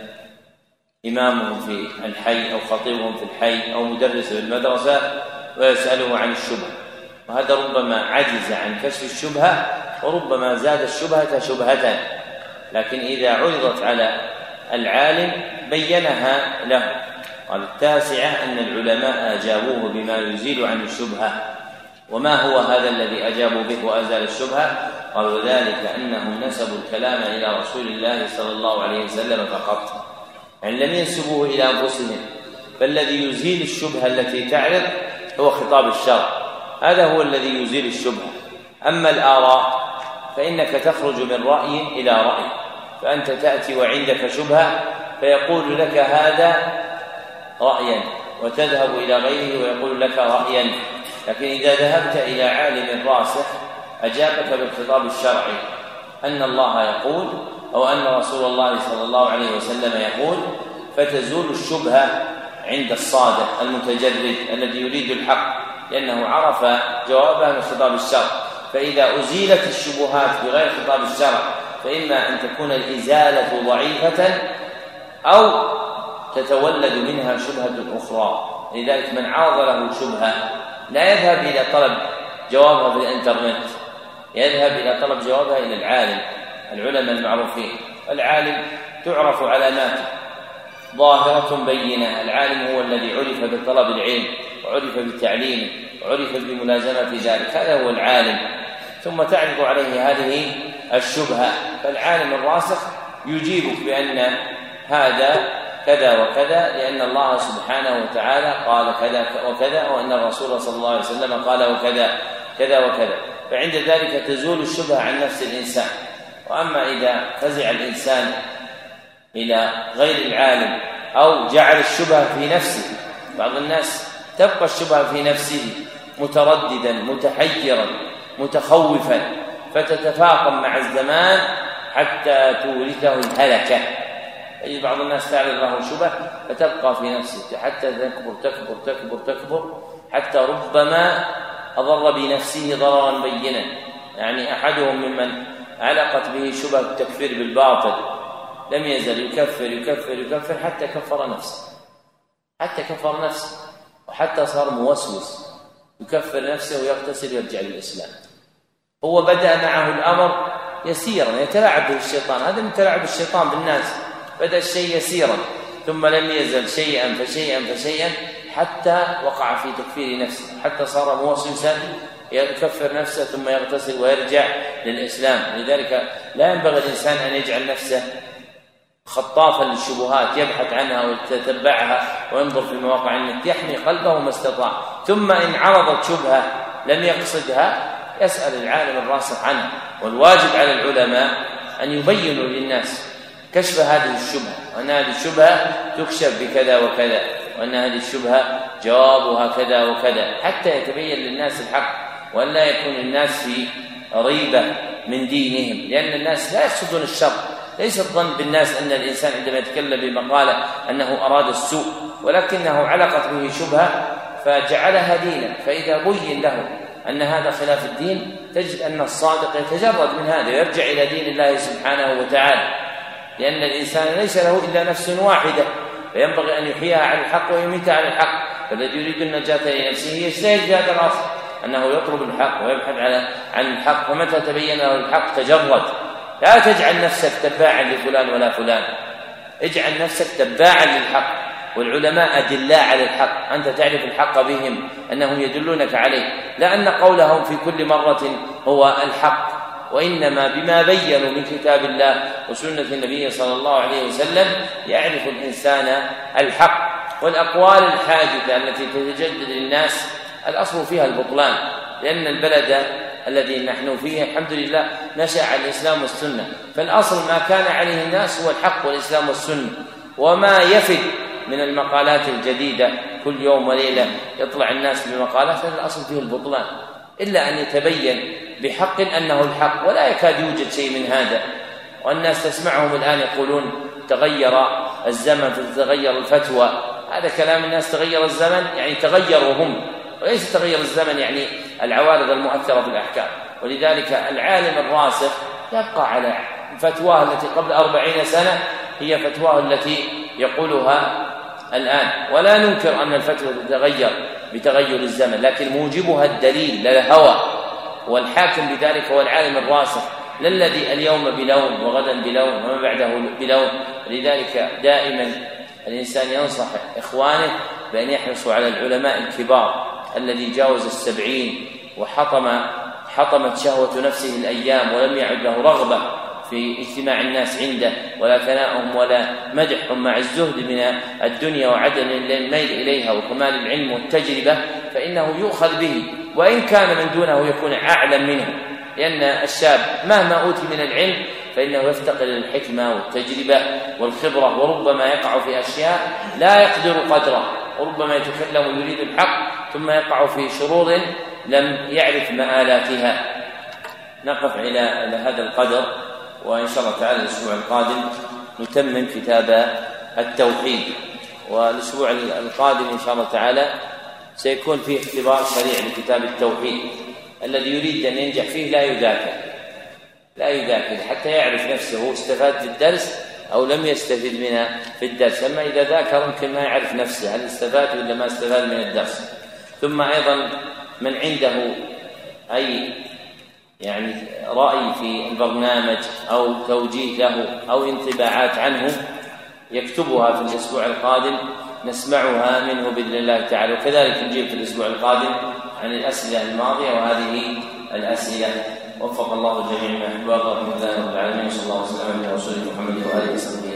إمامهم في الحي أو خطيبهم في الحي أو مدرس في المدرسة ويسأله عن الشبهة، وهذا ربما عجز عن كشف الشبهة وربما زاد الشبهة شبهة، لكن إذا عرضت على العالم بينها له. قال التاسعة أن العلماء أجابوه بما يزيل عن الشبهة. وما هو هذا الذي أجابوا به وأزال الشبهة؟ قال وذلك أنهم نسبوا الكلام إلى رسول الله صلى الله عليه وسلم فقط، يعني لم ينسبوه إلى أنفسهم، فالذي يزيل الشبهة التي تعرض هو خطاب الشرع، هذا هو الذي يزيل الشبهة. أما الآراء فإنك تخرج من رأي إلى رأي، فأنت تأتي وعندك شبهة فيقول لك هذا رأيا، وتذهب إلى غيره ويقول لك رأيا. لكن إذا ذهبت إلى عالم راسخ أجابك بالخطاب الشرعي أن الله يقول أو أن رسول الله صلى الله عليه وسلم يقول، فتزول الشبهة عند الصادق المتجرد الذي يريد الحق، لأنه عرف جوابها من خطاب الشرع. فإذا أزيلت الشبهات بغير خطاب الشرع فإما أن تكون الإزالة ضعيفة أو تتولد منها شبهة أخرى. لذلك من عرض له شبهة لا يذهب إلى طلب جوابها في الإنترنت، يذهب إلى طلب جوابها إلى العالم، العلماء المعروفين. العالم تعرف علاماته ظاهرة بينة، العالم هو الذي عرف بطلب العلم وعرف بالتعليم وعرف بملازمة ذلك، هذا هو العالم. ثم تعرض عليه هذه الشبهة، فالعالم الراسخ يجيبك بأن هذا كذا وكذا، لأن الله سبحانه وتعالى قال كذا وكذا، وأن الرسول صلى الله عليه وسلم قال وكذا كذا وكذا، فعند ذلك تزول الشبهة عن نفس الإنسان. وأما إذا فزع الإنسان إلى غير العالم أو جعل الشبهة في نفسه، بعض الناس تبقى الشبهة في نفسه مترددا متحيرا متخوفا، فتتفاقم مع الزمان حتى تورثه الهلكة. أي بعض الناس تعرض له شبهة فتبقى في نفسه حتى تكبر تكبر تكبر تكبر حتى ربما أضر بنفسه ضررا بينا. يعني أحدهم ممن علقت به شبهة التكفير بالباطل لم يزل يكفر يكفر يكفر حتى كفر نفسه، حتى كفر نفسه وحتى صار موسوس يكفر نفسه ويغتسل ويرجع للإسلام. هو بدأ معه الأمر يسيرا يتلاعب به الشيطان، هذا من تلاعب الشيطان بالناس، بدأ الشيء يسيرا ثم لم يزل شيئا فشيئا فشيئا حتى وقع في تكفير نفسه، حتى صار موسوسا يكفر نفسه ثم يغتسل ويرجع للإسلام. لذلك لا ينبغي الإنسان أن يجعل نفسه خطافا للشبهات يبحث عنها ويتتبعها وينظر في مواقع النت، يحمي قلبه ما استطاع. ثم إن عرضت شبهة لم يقصدها يسأل العالم الراسخ عنها. والواجب على العلماء أن يبينوا للناس كشف هذه الشبهة، وأن هذه الشبهة تكشف بكذا وكذا، وأن هذه الشبهة جوابها كذا وكذا، حتى يتبين للناس الحق، وأن لا يكون الناس في ريبة من دينهم، لأن الناس لا يقصدون الشر. ليس الظن بالناس أن الإنسان عندما يتكلم بمقالة أنه أراد السوء، ولكنه علقت به شبهة فجعلها دينا. فإذا بين له أن هذا خلاف الدين تجد أن الصادق يتجرد من هذا ويرجع إلى دين الله سبحانه وتعالى، لأن الإنسان ليس له إلا نفس واحدة، فينبغي أن يحييها على الحق ويميتها على الحق. فالذي يريد النجاة لنفسه يجتهد في هذا الأصل أنه يطلب الحق ويبحث عن الحق، فمتى تبين له الحق تجرد. لا تجعل نفسك تباعا لفلان ولا فلان، اجعل نفسك تباعا للحق، والعلماء أدلاء على الحق، أنت تعرف الحق بهم أنهم يدلونك عليه، لا أن قولهم في كل مرة هو الحق، وإنما بما بينوا من كتاب الله وسنة النبي صلى الله عليه وسلم يعرف الإنسان الحق. والأقوال الحادثة التي تتجدد للناس الأصل فيها البطلان، لأن البلد الذي نحن فيه الحمد لله نشأ على الإسلام والسنة، فالأصل ما كان عليه الناس هو الحق والإسلام والسنة. وما يفد من المقالات الجديدة كل يوم وليلة يطلع الناس بمقالات الأصل فيه البطلان، إلا أن يتبين بحق أنه الحق، ولا يكاد يوجد شيء من هذا. والناس تسمعهم الآن يقولون تغير الزمن فتتغير الفتوى، هذا كلام الناس. تغير الزمن يعني تغيروا هم، وليس تغير الزمن يعني العوارض المؤثرة في الأحكام. ولذلك العالم الراسخ يبقى على فتواه التي قبل أربعين سنة هي فتواه التي يقولها الآن، ولا ننكر أن الفتوى تتغير بتغير الزمن، لكن موجبها الدليل لا الهوى، والحاكم بذلك هو العالم الراسخ، لا الذي اليوم بلون وغدا بلون وما بعده بلون. لذلك دائما الإنسان ينصح إخوانه بأن يحرصوا على العلماء الكبار الذي جاوز السبعين وحطم حطمت شهوة نفسه الأيام ولم يعد له رغبة في اجتماع الناس عنده ولا ثناؤهم ولا مدحهم، مع الزهد من الدنيا وعدم الميل إليها وكمال العلم والتجربة، فإنه يؤخذ به وإن كان من دونه يكون أعلم منه، لأن الشاب مهما أوتي من العلم فإنه يفتقر للحكمة والتجربة والخبرة، وربما يقع في أشياء لا يقدر قدره، وربما يتكلم ويريد الحق ثم يقع في شرور لم يعرف مآلاتها. نقف إلى هذا القدر، وإن شاء الله تعالى الأسبوع القادم نتمم كتاب التوحيد، والأسبوع القادم إن شاء الله تعالى سيكون فيه اختبار سريع لكتاب التوحيد. الذي يريد أن ينجح فيه لا يذاكر لا يذاكر حتى يعرف نفسه استفاد في الدرس أو لم يستفد منها في الدرس، أما إذا ذاكر ممكن ما يعرف نفسه هل استفاد ولا ما استفاد من الدرس. ثم أيضا من عنده أي يعني رأي في البرنامج أو توجيه له أو انطباعات عنه يكتبها في الأسبوع القادم نسمعها منه بإذن الله تعالى، وكذلك نجيب في الأسبوع القادم عن الأسئلة الماضية وهذه الأسئلة. وفق الله جميع ما أحبابه من الله رب العالمين، صلى الله عليه وسلم على رسوله محمد وآله وصحبه.